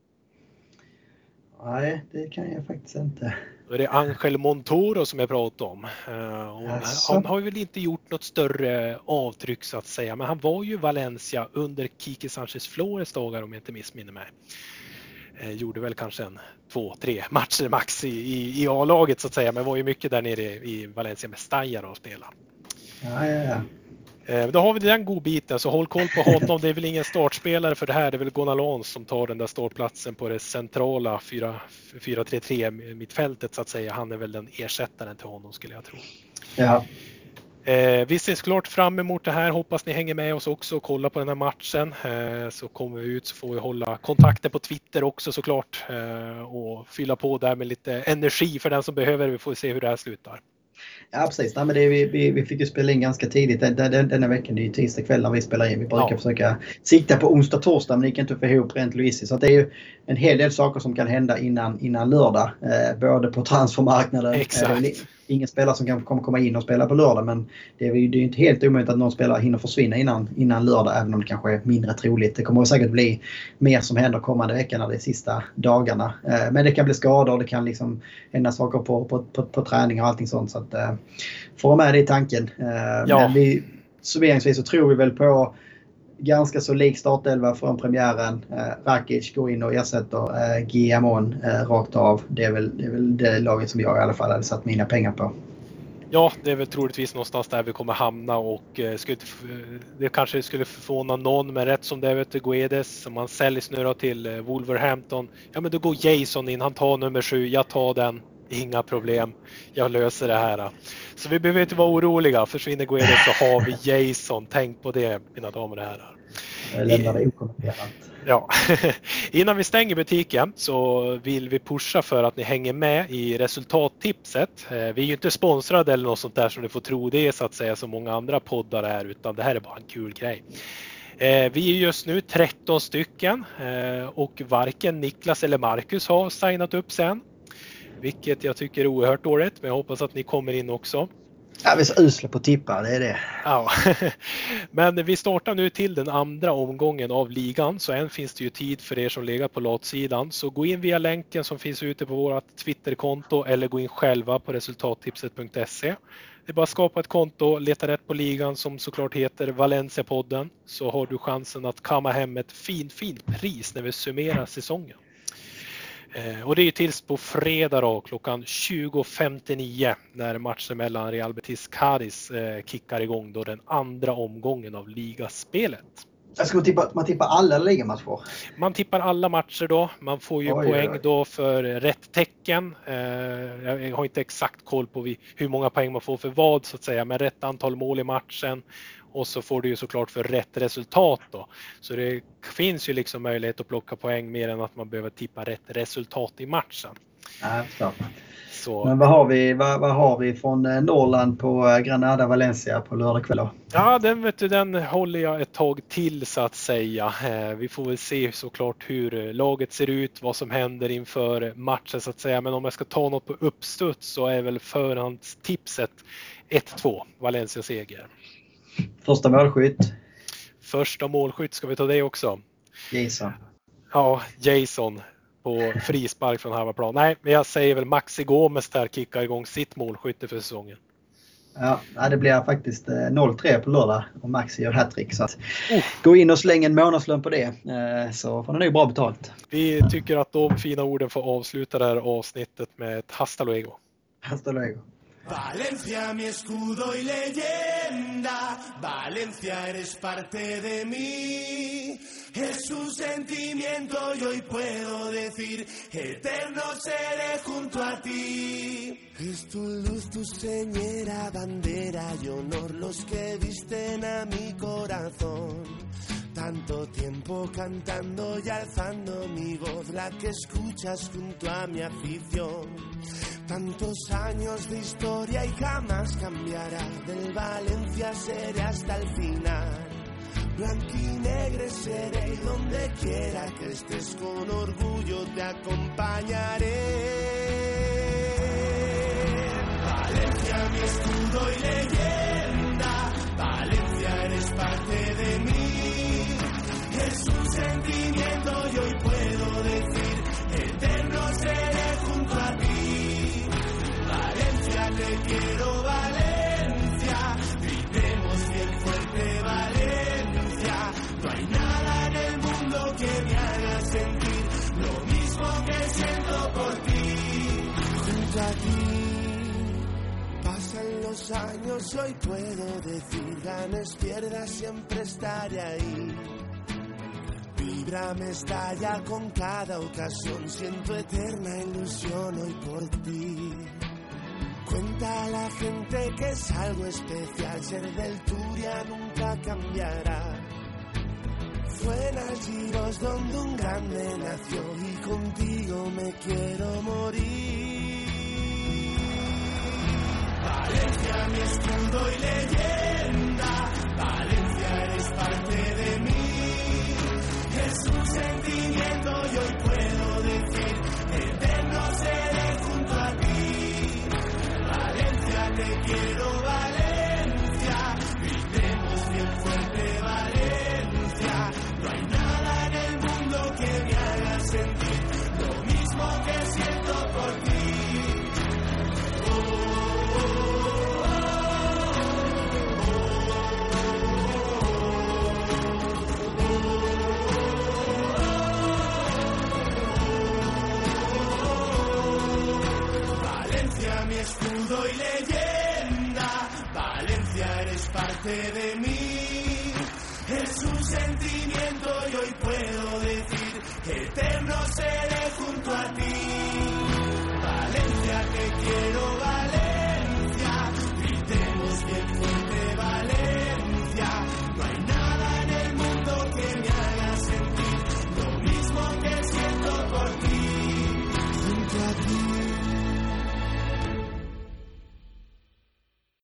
Nej, det kan jag faktiskt inte. Då är det Angel Montoro som jag pratar om. Och han har väl inte gjort något större avtryck så att säga, men han var ju Valencia under Quique Sánchez Flores dagar om jag inte missminner mig. Gjorde väl kanske en två, tre matcher max i, i, i A-laget så att säga, men var ju mycket där nere i Valencia med Steyr och spela. Ja, ja, ja. Då har vi den godbiten, så håll koll på honom. Det är väl ingen startspelare för det här. Det är väl Gonalons som tar den där startplatsen på det centrala fyra tre tre mittfältet så att säga. Han är väl den ersättaren till honom skulle jag tro. Ja. Eh, vi ser såklart fram emot det här. Hoppas ni hänger med oss också och kollar på den här matchen. Eh, så kommer vi ut så får vi hålla kontakter på Twitter också såklart. Eh, och fylla på där med lite energi för den som behöver. Vi får se hur det här slutar. Ja, precis. Nej, men det, vi, vi, vi fick ju spela in ganska tidigt den, den, denna veckan. Det är ju tisdag kväll när vi spelar in. Vi brukar ja. försöka sikta på onsdag, torsdag, men det gick inte att få ihop rent Luisi. Så att det är ju en hel del saker som kan hända innan, innan lördag. Eh, både på transfermarknaden. Exakt. Eh, ingen spelare som kan komma in och spela på lördag, men det är ju det är inte helt omöjligt att någon spelare hinner försvinna innan, innan lördag, även om det kanske är mindre troligt. Det kommer säkert bli mer som händer kommande veckan när det är sista dagarna. Eh, men det kan bli skador, det kan liksom hända saker på, på, på, på träning och allting sånt. Så att, eh, få med det i tanken. Eh, ja. Men vi, summeringsvis så tror vi väl på ganska så lik startelva från premiären. Eh, Rakic går in och ersätter eh, Guillamon eh, rakt av. Det är, väl, det är väl det laget som jag i alla fall hade satt mina pengar på. Ja, det är väl troligtvis någonstans där vi kommer hamna och eh, skulle, det kanske skulle förvåna någon, men rätt som det är vet du, Guedes som man säljs nu då till eh, Wolverhampton. Ja, men då går Jason in, han tar nummer sju, jag tar den. Inga problem, jag löser det här. Så vi behöver inte vara oroliga. Försvinner Guedes så har vi Jason. Tänk på det, mina damer och herrar. Jag lämnar det okommenterat. Ja. Innan vi stänger butiken så vill vi pusha för att ni hänger med i resultattipset. Vi är ju inte sponsrade eller något sånt där som ni får tro det är så att säga som många andra poddar är, utan det här är bara en kul grej. Vi är just nu tretton stycken och varken Niklas eller Marcus har signat upp sen. Vilket jag tycker är oerhört dåligt, men jag hoppas att ni kommer in också. Ja, vi är så usla på tippar, det är det. Ja, men vi startar nu till den andra omgången av ligan, så än finns det ju tid för er som ligger på latsidan. Så gå in via länken som finns ute på vårt Twitterkonto eller gå in själva på resultattipset punkt se. Det är bara att skapa ett konto, leta rätt på ligan som såklart heter Valencia-podden, så har du chansen att kamma hem ett fint, fint pris när vi summerar säsongen. Och det är tills på fredag då, klockan tjugo femtionio när matchen mellan Real Betis Cádiz eh, kickar igång då den andra omgången av ligaspelet. Jag ska tippa, man tippar alla ligamatcher. Man tippar alla matcher då. Man får ju oj, poäng oj. då för rätt tecken. Eh, jag har inte exakt koll på vi, hur många poäng man får för vad så att säga, men rätt antal mål i matchen. Och så får du ju såklart för rätt resultat då. Så det finns ju liksom möjlighet att plocka poäng mer än att man behöver tippa rätt resultat i matchen. Ja, så. Så. Men vad har vi, vad, vad har vi från Norrland på Granada Valencia på lördag kväll då? Ja, den, vet du, den håller jag ett tag till så att säga. Vi får väl se såklart hur laget ser ut, vad som händer inför matchen så att säga. Men om jag ska ta något på uppstuds så är väl förhandstipset ett två, Valencia seger. Första målskytt. Första målskytt, ska vi ta det också? Jason. Ja, Jason på frispark från halva plan. Nej, men jag säger väl Maxi Gomes där kickar igång sitt målskytte för säsongen. Ja, det blir faktiskt noll tre på lördag och Maxi gör hattrick. Så att uh. gå in och släng en månadslön på det, så får ni nog bra betalt. Vi tycker att de fina orden får avsluta det här avsnittet med ett hasta luego. Hasta luego. Valencia, mi escudo y leyenda, Valencia eres parte de mí, es un sentimiento y hoy puedo decir, eterno seré junto a ti. Es tu luz, tu señera, bandera y honor los que visten a mi corazón. Tanto tiempo cantando y alzando mi voz, la que escuchas junto a mi afición. Tantos años de historia y jamás cambiará, del Valencia seré hasta el final. Blanquinegre seré y donde quiera que estés con orgullo te acompañaré. Valencia, mi escudo y leyenda, Valencia eres parte de mí. Es un sentimiento y hoy puedo decir, eterno seré junto a ti. Valencia, te quiero, Valencia, gritemos bien fuerte, Valencia. No hay nada en el mundo que me haga sentir lo mismo que siento por ti. Junto a ti pasan los años, hoy puedo decir, ganes, pierdas, siempre estaré ahí. Vibra me estalla con cada ocasión, siento eterna ilusión hoy por ti. Cuenta a la gente que es algo especial, ser del Turia nunca cambiará. Fue en Algiros donde un grande nació y contigo me quiero morir. Valencia, mi escudo y leyenda, Valencia eres parte de mí. Es un sentimiento y hoy puedo decir, eterno seré junto a ti. Valencia, te quiero, Valencia, gritemos bien fuerte, Valencia. No hay nada en el mundo que me haga sentir lo mismo que siento por ti. Oh, oh, oh, oh, mi escudo y leyenda, Valencia eres parte de mí. Es un sentimiento y hoy puedo decir, eterno seré junto a ti.